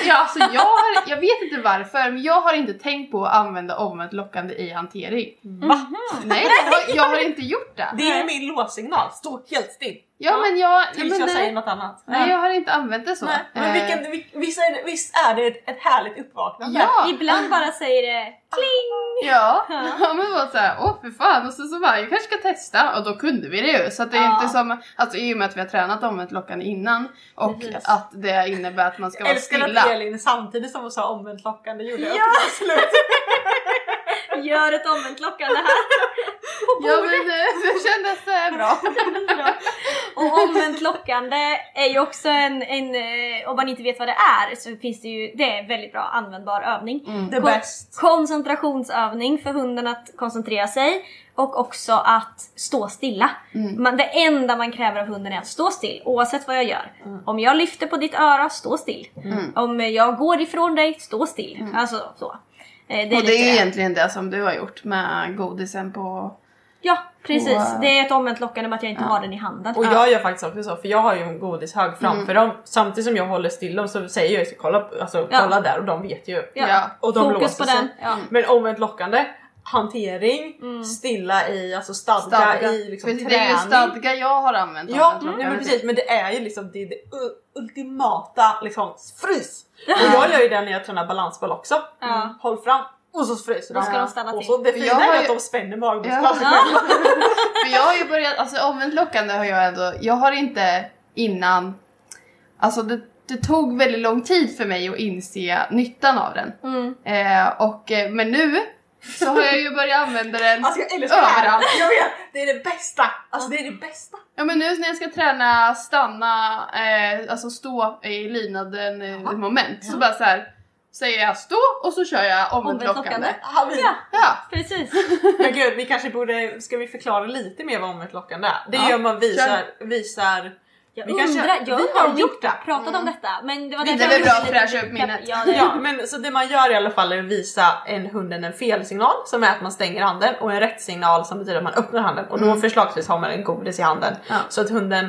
Jag vet inte varför, men jag har inte tänkt på att använda omvänt lockande i hantering. Va? Nej, jag har inte gjort det. Det är min låssignal, stå helt still. Ja, men jag säger något annat. Nej, jag har inte använt det så. Nej, men visst är det ett härligt uppvaknande. Ja. Ibland bara säger det kling! Ja, men var såhär, för fan. Och så bara, jag kanske ska testa. Och då kunde vi det ju. Så att det är inte som, alltså i och med att vi har tränat omvänt lockande innan. Och att det innebär att man ska vara stilla. Jag älskar att Elin samtidigt som hon sa omvänt lockande gjorde jag absolut. Gör ett omvänt lockande här. Ja, men det kändes bra. Och omvänt lockande är ju också en om man inte vet vad det är så finns det ju, det är en väldigt bra användbar övning. The best. Koncentrationsövning för hunden att koncentrera sig och också att stå stilla. Det enda man kräver av hunden är att stå still oavsett vad jag gör. Om jag lyfter på ditt öra, stå still. Om jag går ifrån dig, stå still. Alltså så. Det är ju egentligen det som du har gjort med godisen på... Ja, precis. Det är ett omvänt lockande med att jag inte har den i handen. Och jag gör faktiskt också så, för jag har ju en godishög framför dem. Samtidigt som jag håller still dem så säger jag kolla där och de vet ju. Ja. Och de fokus på den. Ja. Men omvänt lockande, hantering, stilla i, alltså stadga i liksom träning. Det är ju stadga jag har använt. Ja, men precis, men det är ju liksom det ultimata liksom frys. Och jag gör ju det när jag tränar balansboll också. Håll fram. Och så fryser de. Då ska de stanna till. Och så det fina är att de spänner magmusklerna. För jag har ju börjat, alltså omvänt lockande har jag ändå, jag har inte innan, alltså det tog väldigt lång tid för mig att inse nyttan av den. Men nu så har jag ju börjat använda den överallt. Jag vet, det är det bästa. Alltså det är det bästa. Ja, men nu när jag ska träna stanna, alltså stå i lydnaden moment, så bara så här säger jag stå och så kör jag omvänt lockande. Ja, precis. Men gud, vi kanske ska vi förklara lite mer vad omvänt lockande är? Det gör man visar jag vi har gjort det. Pratat om detta, men det var det är bra att fräscha upp minnet. Ja, men så det man gör i alla fall är att visa hunden en felsignal som är att man stänger handen och en rätt signal som betyder att man öppnar handen och då förslagsvis har man en godis i handen så att hunden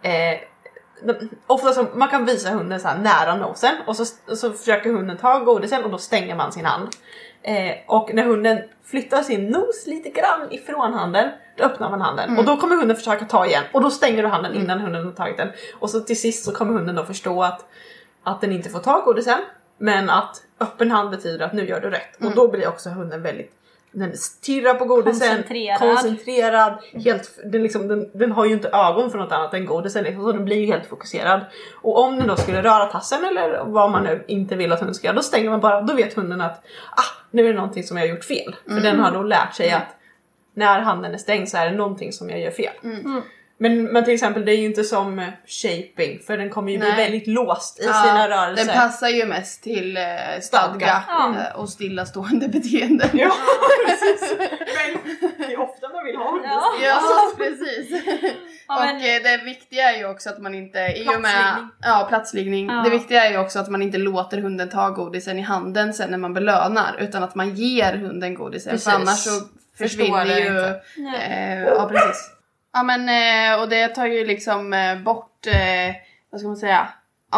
ofta så, man kan visa hunden så här nära nosen och så försöker hunden ta godisen och då stänger man sin hand. Och när hunden flyttar sin nos lite grann ifrån handen, då öppnar man handen. Och då kommer hunden försöka ta igen. Och då stänger du handen innan hunden har tagit den. Och så till sist så kommer hunden då förstå att den inte får ta godisen. Men att öppen hand betyder att nu gör du rätt. Och då blir också hunden väldigt... Den stirrar på godisen, koncentrerad helt, den har ju inte ögon för något annat än godisen liksom, så den blir ju helt fokuserad. Och om den då skulle röra tassen eller vad man nu inte vill att hunden ska göra, då stänger man bara, då vet hunden att nu är det någonting som jag har gjort fel. För den har då lärt sig att när handen är stängd så är det någonting som jag gör fel. Men till exempel det är ju inte som shaping, för den kommer ju bli väldigt låst i sina rörelser. Den passar ju mest till stadga och stillastående beteende. Ja, precis. Men det är ofta man vill ha det. Ja, precis. Och det viktiga är ju också att man inte... Platsliggning. Det viktiga är ju också att man inte låter hunden ta godisen i handen sen när man belönar, utan att man ger hunden godisen. Precis. För annars så försvinner ju... Ja, precis. Ja, men och det tar ju liksom bort, vad ska man säga,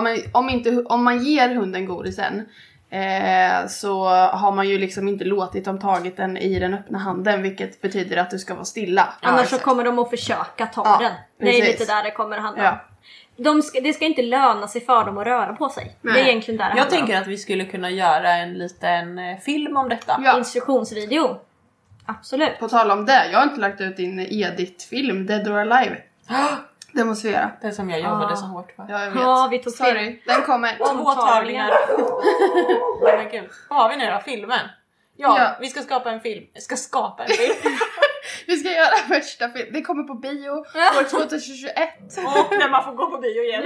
om man ger hunden godisen så har man ju liksom inte låtit dem tagit den i den öppna handen, vilket betyder att du ska vara stilla. Annars så kommer de att försöka ta den. Det är lite där det kommer att handla om. Det ska inte löna sig för dem att röra på sig. Nej. Det är egentligen där det Jag tänker att vi skulle kunna göra en liten film om detta. Instruktionsvideo. Absolut. På tal om det, jag har inte lagt ut din Edith-film Dead or Alive. Det måste vi göra. Den som jag jobbade så hårt för. Ja, jag vet. Vi tog Sorry, den kommer. 2 tagningar. Vad har vi nu då? Filmen? Ja, vi ska skapa en film. Vi ska göra första film. Det kommer på bio år 2021. Och när man får gå på bio igen.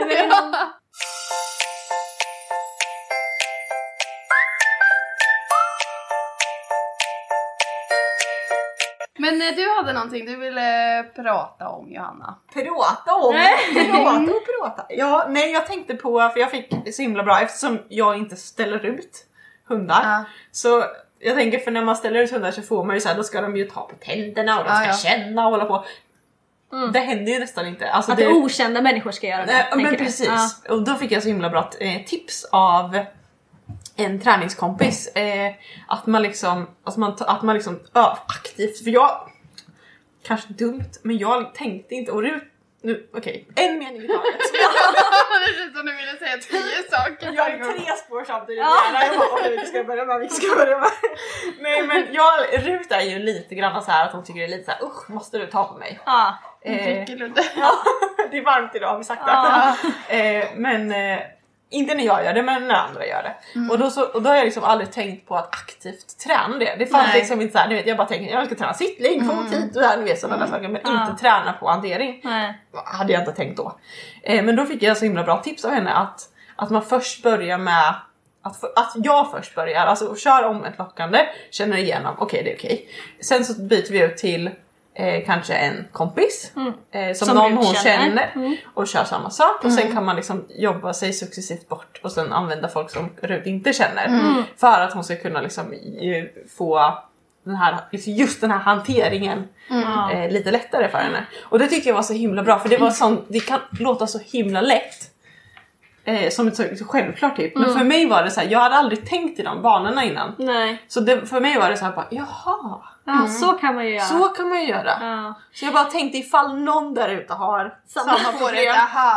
Men du hade någonting du ville prata om, Johanna. Prata. Ja, nej, jag tänkte på, för jag fick så himla bra eftersom jag inte ställer ut hundar. Så jag tänker, för när man ställer ut hundar så får man ju så här, då ska de ju ta på tänderna och de ska känna och hålla på. Det händer ju nästan inte. Alltså att det okända människor ska göra det. Men precis. Och då fick jag så himla bra tips av en träningskompis. Att man liksom, aktivt, för jag, kanske dumt, men jag tänkte inte, och nu, okej, en mening i taget. Det känns som du ville säga 10 saker. Jag har 3 spår samtidigt. Jag bara, vilka ska jag börja med? Nej, men Rut är ju lite grann så här att hon tycker det är lite så här, måste du ta på mig? Ja. Det är varmt idag, har vi sagt det. Men inte när jag gör det, men när andra gör det. Och då har jag liksom aldrig tänkt på att aktivt träna det. Det fanns liksom inte så här, du vet, jag bara tänker jag ska träna sittling, fot hit och där, ni vet sådana saker, men inte träna på hantering. Hade jag inte tänkt då. Men då fick jag så himla bra tips av henne att man först börjar med att jag först börjar, alltså kör om ett lockande, känner igenom, okej, det är okej. Sen så byter vi ut till kanske en kompis som någon hon känner och kör samma sak och sen kan man liksom jobba sig successivt bort och sen använda folk som Rut inte känner för att hon ska kunna liksom få den här, just den här hanteringen lite lättare för henne. Och det tyckte jag var så himla bra, för det var sån, det kan låta så himla lätt som ett så självklart typ. Men för mig var det så här, jag hade aldrig tänkt i de banorna innan. Nej. Så för mig var det så här bara, jaha. Ja, så kan man ju göra. Så kan man ju göra. Ja. Så jag bara tänkte ifall någon där ute har samma problem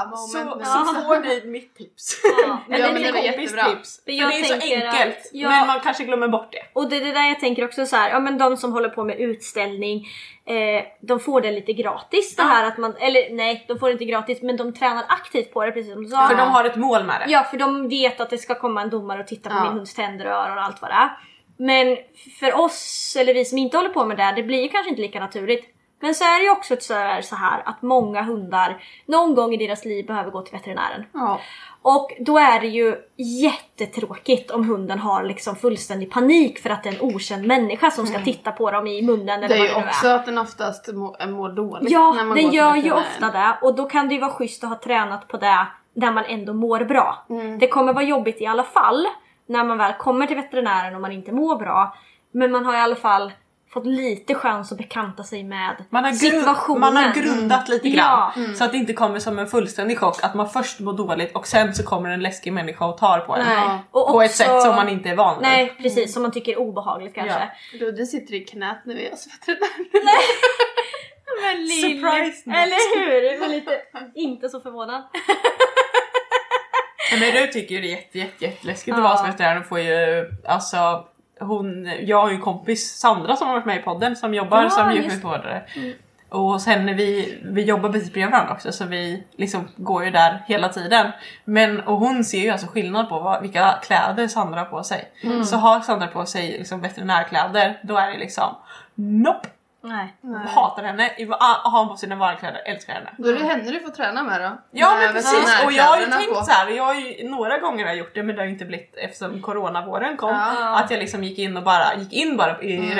så får ni mitt tips. Ja, men det är jättebra. Tips. För det är så enkelt. Men man kanske glömmer bort det. Och det är det där jag tänker också så här, ja men de som håller på med utställning, de får det lite gratis det här att man, eller nej, de får det inte gratis, men de tränar aktivt på det, precis som du sa. För de har ett mål med det. Ja, för de vet att det ska komma en domare och titta på min hunds tänder och öron och allt vad det är. Men för oss, eller vi som inte håller på med det blir ju kanske inte lika naturligt. Men så är det ju också så här att många hundar någon gång i deras liv behöver gå till veterinären. Ja. Och då är det ju jättetråkigt om hunden har liksom fullständig panik för att det är en okänd människa som ska titta på dem i munnen. Eller det är ju också att den oftast mår dåligt. Ja, när man den går gör ju ofta det. Och då kan det ju vara schysst att ha tränat på det där man ändå mår bra. Det kommer vara jobbigt i alla fall när man väl kommer till veterinären och man inte mår bra. Men man har i alla fall fått lite chans att bekanta sig med situationen. Man har grundat lite grann. Så att det inte kommer som en fullständig chock att man först mår dåligt och sen så kommer en läskig människa och tar på en. Och på ett sätt som man inte är van med. Nej, precis. Som man tycker är obehagligt kanske. Ja. Du sitter i knät nu är jag så veterinär. Men surprise. Eller hur? Men lite inte så förvånad. Men du tycker ju det är jätteläskigt att vara som veterinär. Får ju, alltså, jag har ju en kompis, Sandra, som har varit med i podden, som jobbar som djursjukvårdare. Och hos henne, vi jobbar precis bredvid varandra också, så vi liksom går ju där hela tiden. Och hon ser ju alltså skillnad på vilka kläder Sandra har på sig. Så har Sandra på sig liksom veterinärkläder, då är det liksom nope. Nej. Hatar henne, har hon på sina varkläder, älskar henne. Då är det henne du får träna med då. Ja, men precis, och jag har ju tänkt så här, jag har ju några gånger har gjort det, men det har inte blivit eftersom coronavåren kom, att jag liksom gick in bara i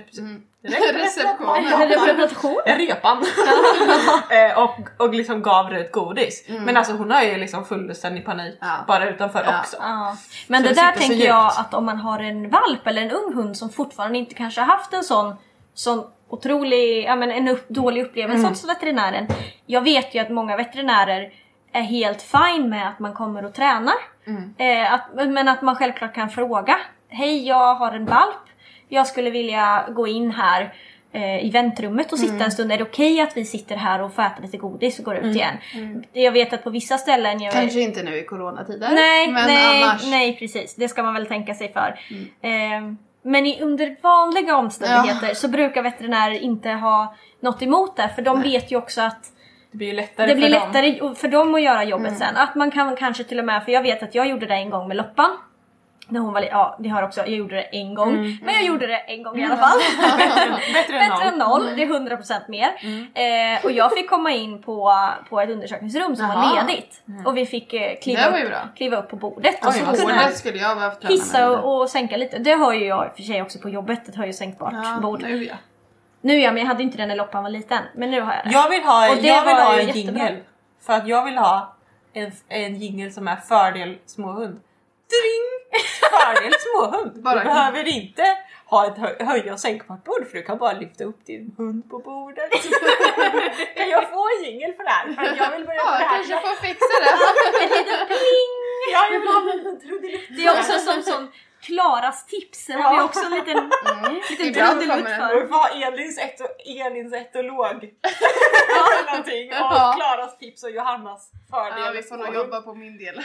repan och liksom gav Rut godis. Men alltså hon har ju liksom fullständig panik bara utanför också. Men det där tänker jag att om man har en valp eller en ung hund som fortfarande inte kanske har haft en sån otrolig, en dålig upplevelse hos veterinären. Jag vet ju att många veterinärer är helt fine med att man kommer och tränar. Men att man självklart kan fråga: hej, jag har en valp. Jag skulle vilja gå in här i väntrummet och sitta en stund. Är det okej att vi sitter här och får äta lite godis och går ut igen? Jag vet att på vissa ställen... Kanske inte nu i coronatider. Nej, precis. Det ska man väl tänka sig för. Men under vanliga omständigheter så brukar veterinärer inte ha något emot det. För de vet ju också att det blir lättare för dem att göra jobbet sen. Att man kan kanske till och med, för jag vet att jag gjorde det en gång med Loppan. När hon var det har också, jag gjorde det en gång. Men jag gjorde det en gång i alla fall. Bättre än noll, det är 100% mer. Och jag fick komma in på ett undersökningsrum som var ledigt. Och vi fick kliva upp på bordet. Och så bordet skulle jag behöva träna hissa och sänka lite. Det har ju jag för sig också på jobbet. Det har ju sänkt bort bord. Nu men jag hade inte den när Loppan var liten. Men nu har jag det. Jag vill ha en jingle. För att jag vill ha en jingle som är fördel småhund. Dring! fördel småhund. Du Bara- behöver inte ha ett höja och sänkbart bord, för du kan bara lyfta upp din hund på bordet. Kan jag få en jingle för det här? För att jag vill börja Ja, jag räkna. kanske får fixa det. En liten pling! Ja, jag vill ha en trudelutt. Det är också som Klaras tips. Sen har vi också en liten Ibland trudelutt kommer den. för. Vi får ha Elins etolog. Eller någonting. Ja. Och Klaras tips och Johannas fördel. Ja, vi får nog jobba på min del.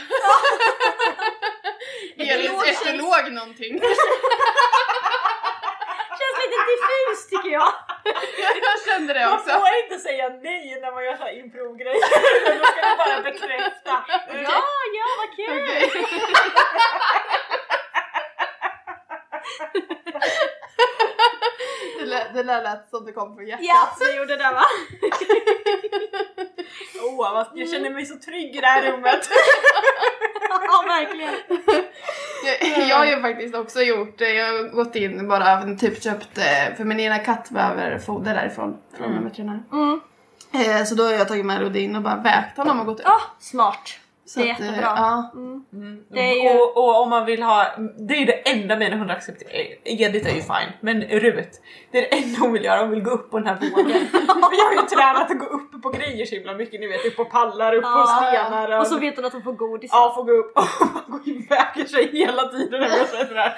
Etolog Elins känns- etolog någonting. Känns lite diffus tycker jag. Jag kände det Man också. får inte säga nej när man gör så här improv-grejer. Då ska du bara bekräfta. Ja, vad kul! Okej. Det lät som det kom från hjärtat. Ja, det gjorde det va? Jag känner mig så trygg i det här rummet. Ja, verkligen. Jag har ju faktiskt också gjort, jag har gått in bara typ köpt, för min ena katt behöver foder därifrån från en veterinär. Så då har jag tagit med Ludde in och bara vägt honom och gått ut. Ja, smart. Så Det är att, jättebra. ja. Det är ju... Och om man vill ha, det är ju det enda mina hundar accepterar. Edith är ju fine, men Rut, det är det enda hon vill göra, hon vill gå upp på den här vågen. För jag har ju tränat att gå upp på grejer så himla mycket, ni vet, upp på pallar, upp på stenar. Och så vet hon att hon får godis. Ja, får gå upp och man går ju väger sig hela tiden när jag säger det där.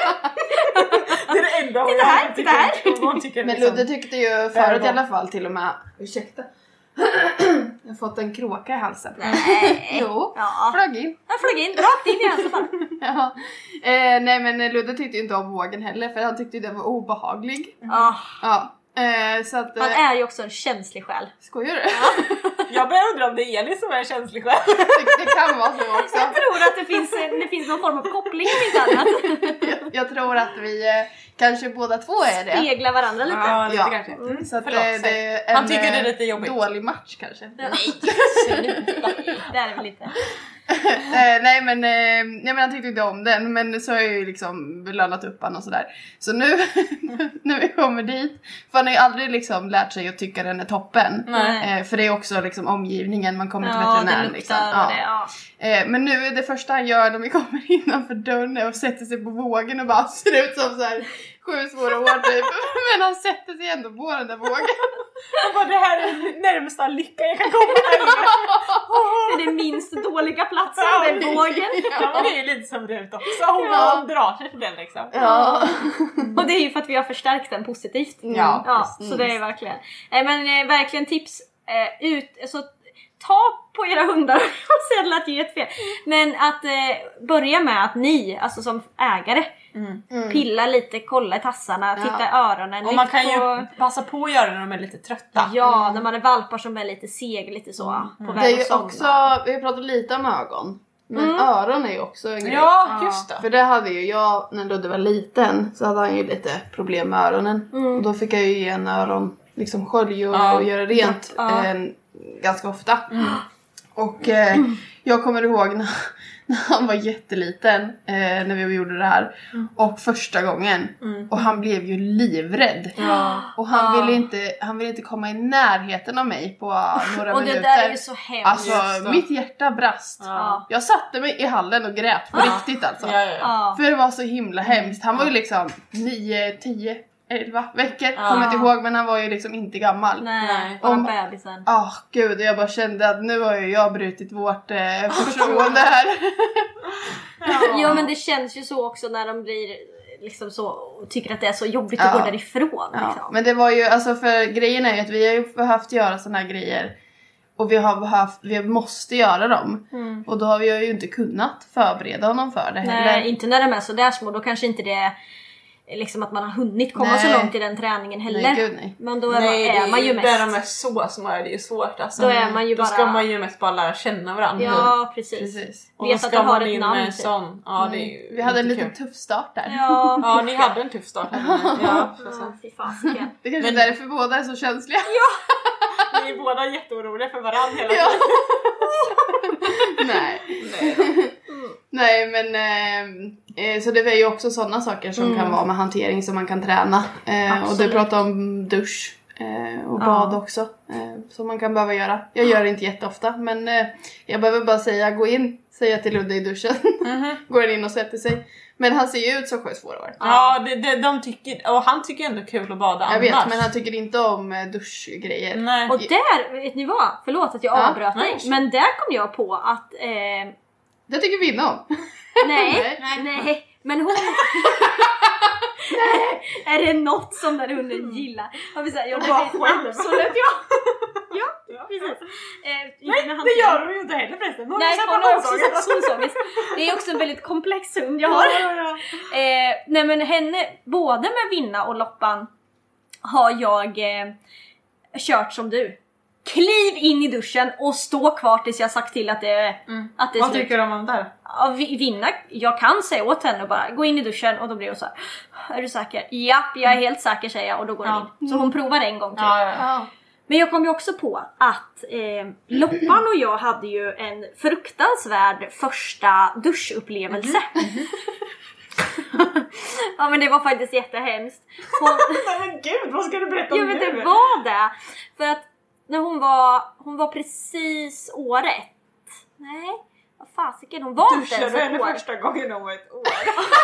Det är det enda hon gör. Titta här. Men Ludde tyckte ju förut i alla fall till och med, ursäkta, jag har fått en kråka i halsen. Nej. Jo, Ja. flög in. Jag flög in, rakt in i halsen. Ja. Nej men Ludde tyckte ju inte om vågen heller, för han tyckte ju den var obehaglig. Ja. Ja. Så att, Han är ju också en känslig själ. skojar du? Jag börjar undra om det är Elin som är känslig själv. Det kan vara så också. Jag tror att det finns någon form av koppling om inte annat. Jag tror att vi kanske båda två är det. Spegla varandra lite. Ja, lite Ja. kanske. Så att Förlåt, det är en han tycker det är lite jobbigt. dålig match kanske. Nej, det är det väl inte. Nej men han tyckte inte om den, men så har jag ju liksom belönat upp han och sådär. Så nu när vi kommer dit, för han har ju aldrig liksom lärt sig att tycka den är toppen. Nej. För det är också liksom omgivningen, man kommer till Ja, det veterinären luktar liksom. och det, ja. Men nu det första han gör när vi kommer innanför dörren är att sätta sig på vågen och bara ser ut som så här 7 svåra år typ. Men han sätter sig ändå på den där vågen. Jag bara, det här är närmsta lycka jag kan komma till. Det är den minst dåliga platsen, den vågen. Ja, men det är ju lite som Rut också. Hon drar sig för den liksom. Ja. Och det är ju för att vi har förstärkt den positivt. Ja, så det är verkligen. Men verkligen tips så ta på era hundar och se att ge ett fel. Men att börja med att ni, alltså som ägare, pilla lite, kolla i tassarna, titta i öronen. Och man kan ju passa på att göra det när de är lite trötta. Ja, när man är valpar som är lite seg, lite så på Det är väg ju att somna. också, vi har pratat lite om ögon. Men öron är ju också en grej. Ja, just det. För det hade ju jag, när Ludde var liten, så hade han ju lite problem med öronen. Och då fick jag ju ge en öron, liksom skölj och göra rent ganska ofta. Och jag kommer ihåg när han var jätteliten, när vi gjorde det här. Och första gången. Och han blev ju livrädd. Och han ville inte komma i närheten av mig på några och minuter. det där är ju så hemskt. Alltså mitt hjärta brast. Ja. Jag satte mig i hallen och grät på riktigt alltså. Ja. För det var så himla hemskt. Han var ju liksom 9, 10, 11 veckor. Kommer inte ihåg, men han var ju liksom inte gammal. Nej, bara bebisen. Gud, jag bara kände att nu har ju jag brutit vårt förtroende här. Ja, men det känns ju så också när de blir liksom så och tycker att det är så jobbigt att gå därifrån. Ja. Liksom. Men det var ju, alltså för grejen är ju att vi har ju behövt göra såna här grejer. Och vi måste göra dem. Och då har vi ju inte kunnat förbereda honom för det heller. Nej, inte när de är så där små. Då kanske inte det är liksom att man har hunnit komma så långt i den träningen heller. Nej, gud, nej. Men då är man ju mest... Där de är så små är det ju svårt alltså. Då är man ju Då bara... ska man ju mest bara lära känna varandra. Ja, precis. Och Vet då att ska de har man ett in namn med en typ. sån. Ja, det är ju Vi hade en inte liten kul. tuff start där. Ja, Ni hade en tuff start. Ja, fy fasiken. Det kanske är därför båda är så känsliga. ni är båda jätteoroliga för varandra hela Ja. tiden. Nej men så det är ju också sådana saker som kan vara med hantering som man kan träna. Och du pratar om dusch och bad också. som man kan behöva göra. Jag gör det inte jätteofta, men jag behöver bara säga till Ludde i duschen. Går in och sätter sig. Men han ser ju ut som 7 år. Ja, de tycker, och han tycker ändå kul att bada annars. Jag vet, men han tycker inte om duschgrejer. Nej. Och där, vet ni vad? Förlåt att jag avbröt dig. Men där kom jag på att... Det tycker Vinna om. Nej. Men hon... Är det något som den hunden gillar? Jag vill säga, jag absolut ja, precis. Nej, det gör du ju inte heller förresten. Nej, hon har också sagt solsångis. Det är också en väldigt komplex hund jag har. Nej, men henne, både med Vinna och Loppan har jag kört som du. Kliv in i duschen och stå kvar tills jag sagt till att det är Vad tycker du om det där? Ja, Vinna, jag kan säga åt henne och bara gå in i duschen och då blir hon så här: är du säker? Japp, jag är helt säker, säger jag, och då går hon in. Så hon provar en gång till. Ja. Men jag kom ju också på att Loppan och jag hade ju en fruktansvärd första duschupplevelse. Ja, men det var faktiskt jättehemskt. Nej men gud, vad ska du berätta om nu? Ja, men det var det. För att när hon var precis året. Nej, vad fasiken, hon var inte ens ett år. Första gången hon var ett år.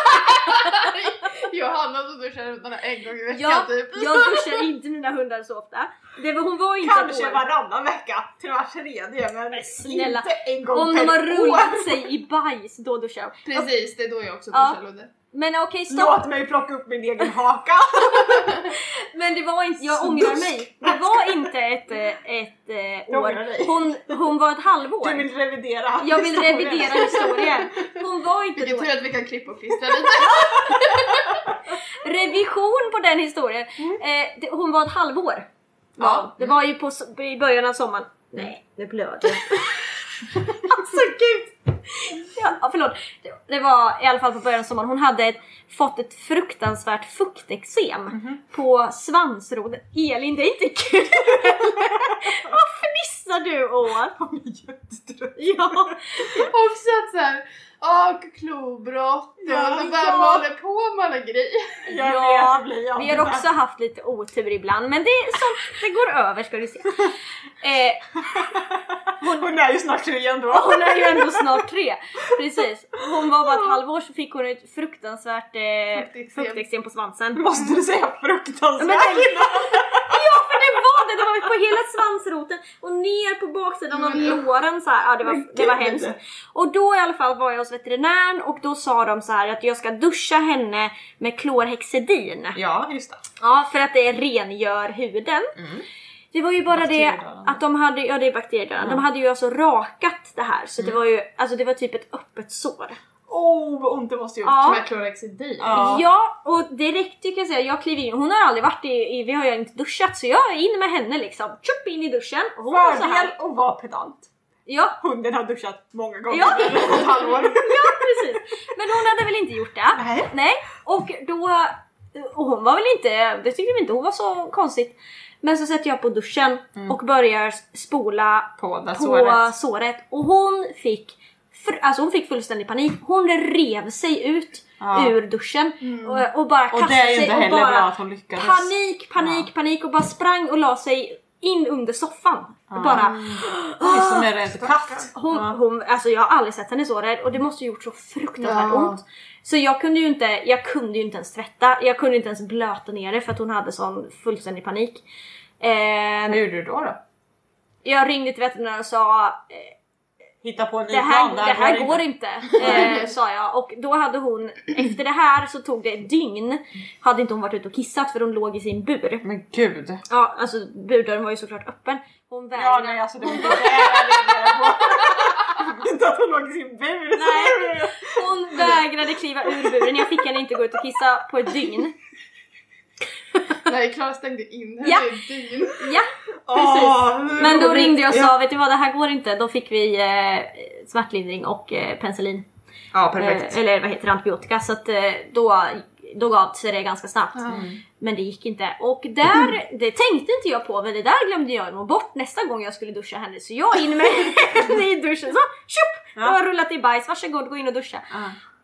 Johanna så duschar hundarna en gång i veckan. Ja, typ. jag duschar inte mina hundar så ofta. Hon var inte kanske ett år. varannan vecka till var tredje, men snälla, inte en gång om per de har år. rullat sig i bajs, då duschar jag. Precis, det är då jag också duschar, Ludde. Men okej, stopp. Låt mig plocka upp min egen haka. Men det var inte, jag ångrar mig. Det var inte ett år. Hon var ett halvår. Du vill revidera. Jag vill revidera historien. Hon var inte Vilket då. tur att vi kan klippa och klistra lite. Revision på den historien. Hon var ett halvår. Ja. Det var ju i början av sommaren. Nej, det blöder. Alltså gud. Ja, förlåt. Det var i alla fall på början av sommaren. Hon hade fått ett fruktansvärt fukteksem på svansroden. Elin, det är inte kul. Vad fnissar du åt? Hon är jättetrött. Ja. Också att såhär, klobrott och vem håller på med alla grejer. Ja, vi har också haft lite otur ibland, men det är sånt, det går över, ska du se. Hon är ju snart 3 ändå. Hon är ju ändå snart 3. Precis. Hon var bara ett halvår, så fick hon ett fruktansvärt fukteksem på svansen. Måste du säga fruktansvärt? Men ja, för det var på hela svansroten och ner på baksidan av låren så här. Ja, det var hemskt. Och då i alla fall var jag hos veterinären och då sa de så här att jag ska duscha henne med klorhexidin. Ja, just det. Ja, för att det rengör huden. Det var ju bara det att de hade, det är bakteriedöden. De hade ju alltså rakat det här, så det var ju, alltså det var typ ett öppet sår. Vad ont det måste ju med klorhexidin. Ja, och det räckte, kan jag säga. Jag klev in, hon har aldrig varit vi har ju inte duschat, så jag är in med henne liksom. Tjup in i duschen. Och hon var så här och var pedant. Ja. Hunden har duschat många gånger. Ja. Ett halvår. Ja, precis. Men hon hade väl inte gjort det. Nej. Och då, och hon var väl inte, det tyckte vi inte, hon var så konstigt. Men så sätter jag på duschen och börjar spola på såret. Och hon fick fullständig panik. Hon rev sig ut ur duschen och bara kastade sig. Och det är ju inte heller bra att hon lyckades. Panik och bara sprang och la sig in under soffan. Bara som är rädd katt. Hon, alltså jag har aldrig sett henne så rädd och det måste ha gjort så fruktansvärt ont. Så jag kunde ju inte ens tvätta. Jag kunde inte ens blöta ner det för att hon hade sån fullständig panik. Vad gjorde du då? Jag ringde till veterinären och sa hitta på en ny det här går inte, sa jag. Och då hade hon, efter det här så tog det ett dygn, hade inte hon varit ute och kissat för hon låg i sin bur. Men gud. Ja, alltså burdörren var ju såklart öppen. Hon vägrade. Ja, nej, alltså det var inte det jag reagerade på. Inte att hon låg i sin bur. Nej, hon vägrade kliva ur buren. Jag fick henne inte gå ut och kissa på ett dygn. Nej, Klara stängde in henne i dygn. Ja, precis. Men då ringde jag och sa, vet du vad, det här går inte. Då fick vi smärtlindring och penicillin. Ja, perfekt. Eller vad heter det, antibiotika. Så att då gav sig det ganska snabbt. Men det gick inte. Och det tänkte inte jag på. Men det där glömde jag nog bort nästa gång jag skulle duscha henne. Så jag in med henne i duschen. Så, tjup! Då har jag rullat i bajs. Varsågod, gå in och duscha.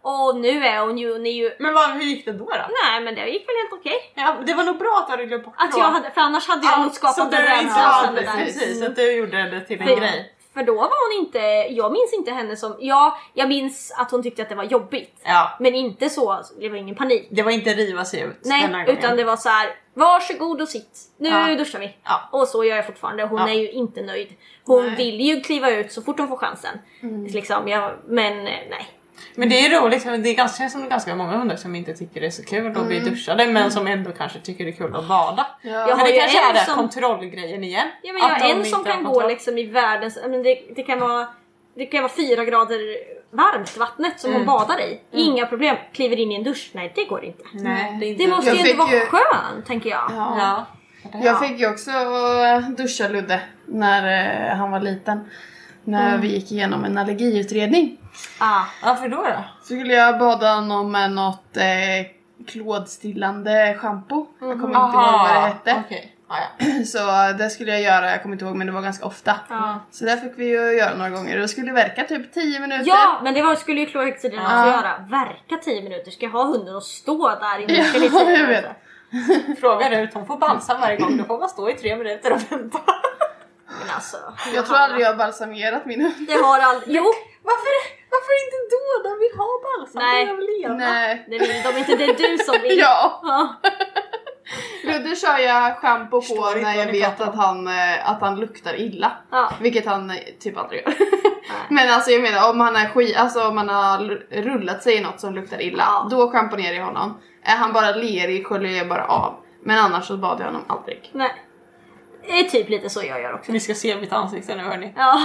Och nu är hon ju... Men hur gick det då? Nej, men det gick väl helt okej. Ja, det var nog bra att du hade glömt bort att jag hade, för annars hade jag nog skapat en rädsla. Precis, så att du gjorde det till en grej. För då var hon inte, jag minns inte henne som, jag minns att hon tyckte att det var jobbigt. Ja. Men inte så, det var ingen panik. Det var inte riva sig ut. Nej, utan det var så här: varsågod och sitt. Nu duschar vi. Ja. Och så gör jag fortfarande. Hon är ju inte nöjd. Hon vill ju kliva ut så fort hon får chansen. Liksom, men nej. Men det är roligt, för det är ganska många hundar som inte tycker det är så kul att bli duschade, men som ändå kanske tycker det är kul att bada. Ja. Men det kanske är det kontrollgrejen igen. Ja, men jag har en som kan gå liksom i världens, men det kan vara 4 grader varmt vattnet som hon badar i. Inga problem. Kliver in i en dusch. Nej, det går inte. Nej, det måste ju inte vara skönt, tänker jag. Ja. Jag fick ju också duscha Ludde när han var liten. När vi gick igenom en allergiutredning. Varför då? Så skulle jag bada honom med något klådstillande shampoo. Jag kommer inte ihåg vad det hette. Okay. Så det skulle jag göra, jag kommer inte ihåg, men det var ganska ofta. Så där fick vi ju göra några gånger. Det skulle verka typ 10 minuter. Ja, men det skulle ju klåhögtiden också göra. Verka 10 minuter. Ska jag ha hunden och stå där inne? Ja, jag vet. Frågar ut, hon får balsam varje gång. Då får man stå i 3 minuter och vänta. Men alltså, jag tror aldrig jag har balsamerat min hund. Det har aldrig. Jo. Varför inte då? De vill ha balsam. Nej. Det vill de inte. Det är du som vill. Ja. Ludde kör jag shampoo på när jag vet att han luktar illa. Vilket han typ aldrig gör. Men alltså jag menar, om han har rullat sig i något som luktar illa, då schamponerar jag honom. Är han bara lerig sköljer jag bara av. Men annars så badar jag honom aldrig. Nej. Det är typ lite så jag gör också. Ni ska se mitt ansikte nu, hörni. Ja.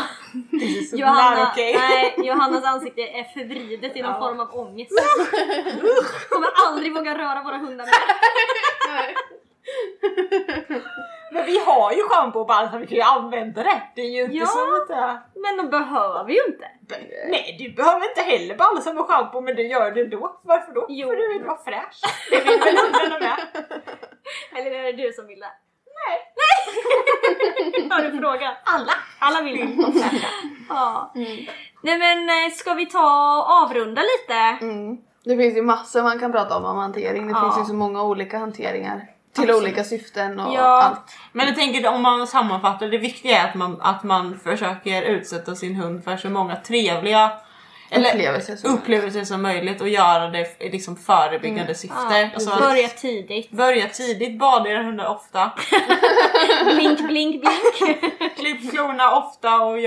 Johannas ansikte är förvridet i någon form av ångest. Kommer aldrig våga röra våra hundar mer. Nej. Men vi har ju shampoo och balsam, vi kan ju använda det. Det är ju inte så att men de behöver ju inte. Nej, du behöver inte heller balsam och shampoo, men du gör det ändå. Varför då? Jo. För du vill vara fräsch. Det vill väl hundarna med. Eller är det du som vill det? Nej. Har du frågat? Alla vill det. Ja. Nej, men ska vi avrunda lite? Det finns ju massor man kan prata om hantering. Det finns ju så många olika hanteringar. Till olika syften och allt. Men jag tänker, om man sammanfattar, det viktiga är att man försöker utsätta sin hund för så många trevliga upplevelser som möjligt och göra det liksom förebyggande syfte. Alltså börja tidigt, bada era hundar ofta. Blink, blink, blink. Klipp klorna ofta och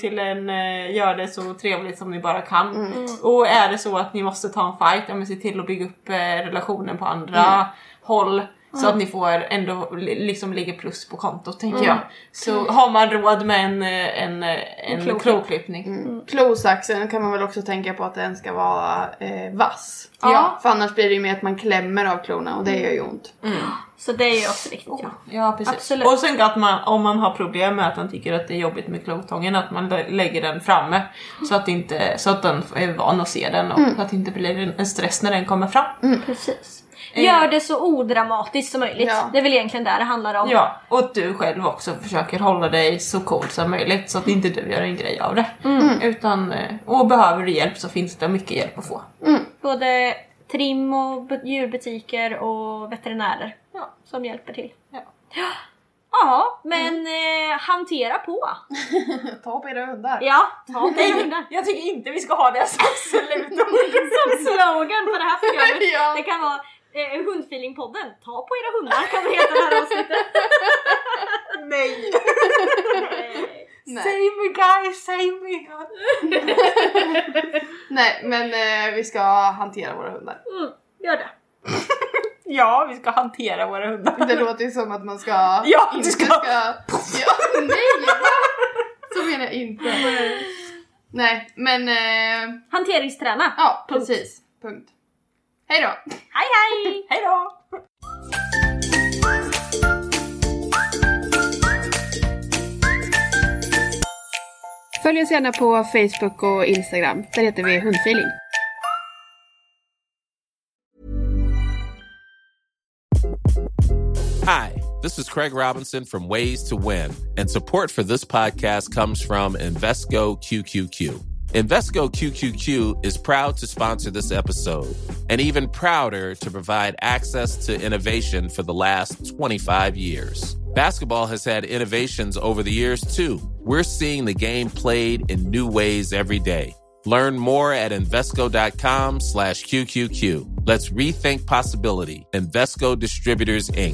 gör det så trevligt som ni bara kan. Och är det så att ni måste ta en fight, se till att bygga upp relationen på andra håll. Så att ni får ändå liksom ligger plus på kontot, tänker jag. Så har man råd med en kloklippning. Klosaxen kan man väl också tänka på att den ska vara vass. Ja. För annars blir det ju med att man klämmer av klorna och det gör ju ont. Så det är ju också viktigt. Ja, precis. Absolut. Och sen att om man har problem med att man tycker att det är jobbigt med klotången, att man lägger den framme så att den är van att se den och så att det inte blir en stress när den kommer fram. Precis. Gör det så odramatiskt som möjligt. Ja. Det är väl egentligen där det handlar om. Ja, och att du själv också försöker hålla dig så cool som möjligt så att inte du gör en grej av det. Och behöver du hjälp så finns det mycket hjälp att få. Både trim och djurbutiker och veterinärer som hjälper till. Ja, men hantera på. Ta på era hundar. Ja, ta på era hundar. Jag tycker inte vi ska ha det som slogan på det här programmet. Det kan vara Hundfeelingpodden. Ta på era hundar kan det heta det här avsnittet. Nej. Save me guys, save me. Nej, men vi ska hantera våra hundar. Gör det. Ja, vi ska hantera våra hundar. Det låter ju som att man ska... Ja, inte ska... nej! Så menar jag inte. Nej, men... Hanteringsträna. Ja, precis. Punkt. Hej då! Hej hej! Hej då! Följ oss gärna på Facebook och Instagram. Där heter vi Hundfeeling. Hi, this is Craig Robinson from Ways to Win, and support for this podcast comes from Invesco QQQ. Invesco QQQ is proud to sponsor this episode and even prouder to provide access to innovation for the last 25 years. Basketball has had innovations over the years, too. We're seeing the game played in new ways every day. Learn more at Invesco.com/QQQ. Let's rethink possibility. Invesco Distributors, Inc.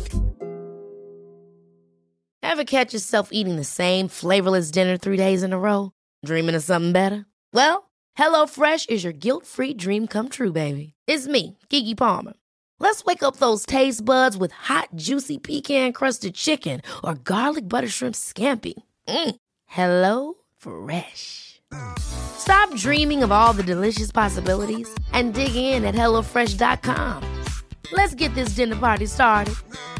Ever catch yourself eating the same flavorless dinner 3 days in a row? Dreaming of something better? Well, HelloFresh is your guilt-free dream come true, baby. It's me, Keke Palmer. Let's wake up those taste buds with hot, juicy pecan-crusted chicken or garlic butter shrimp scampi. Hello Fresh. Stop dreaming of all the delicious possibilities and dig in at HelloFresh.com. Let's get this dinner party started.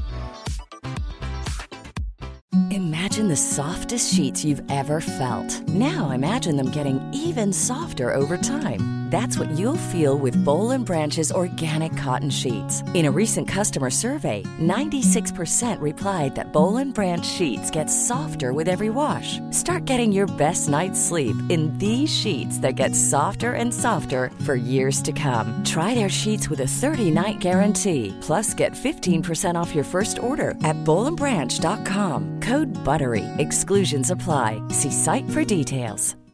Imagine the softest sheets you've ever felt. Now imagine them getting even softer over time. That's what you'll feel with Boll & Branch's organic cotton sheets. In a recent customer survey, 96% replied that Boll & Branch sheets get softer with every wash. Start getting your best night's sleep in these sheets that get softer and softer for years to come. Try their sheets with a 30-night guarantee. Plus, get 15% off your first order at bollandbranch.com. Code BUTTERY. Exclusions apply. See site for details.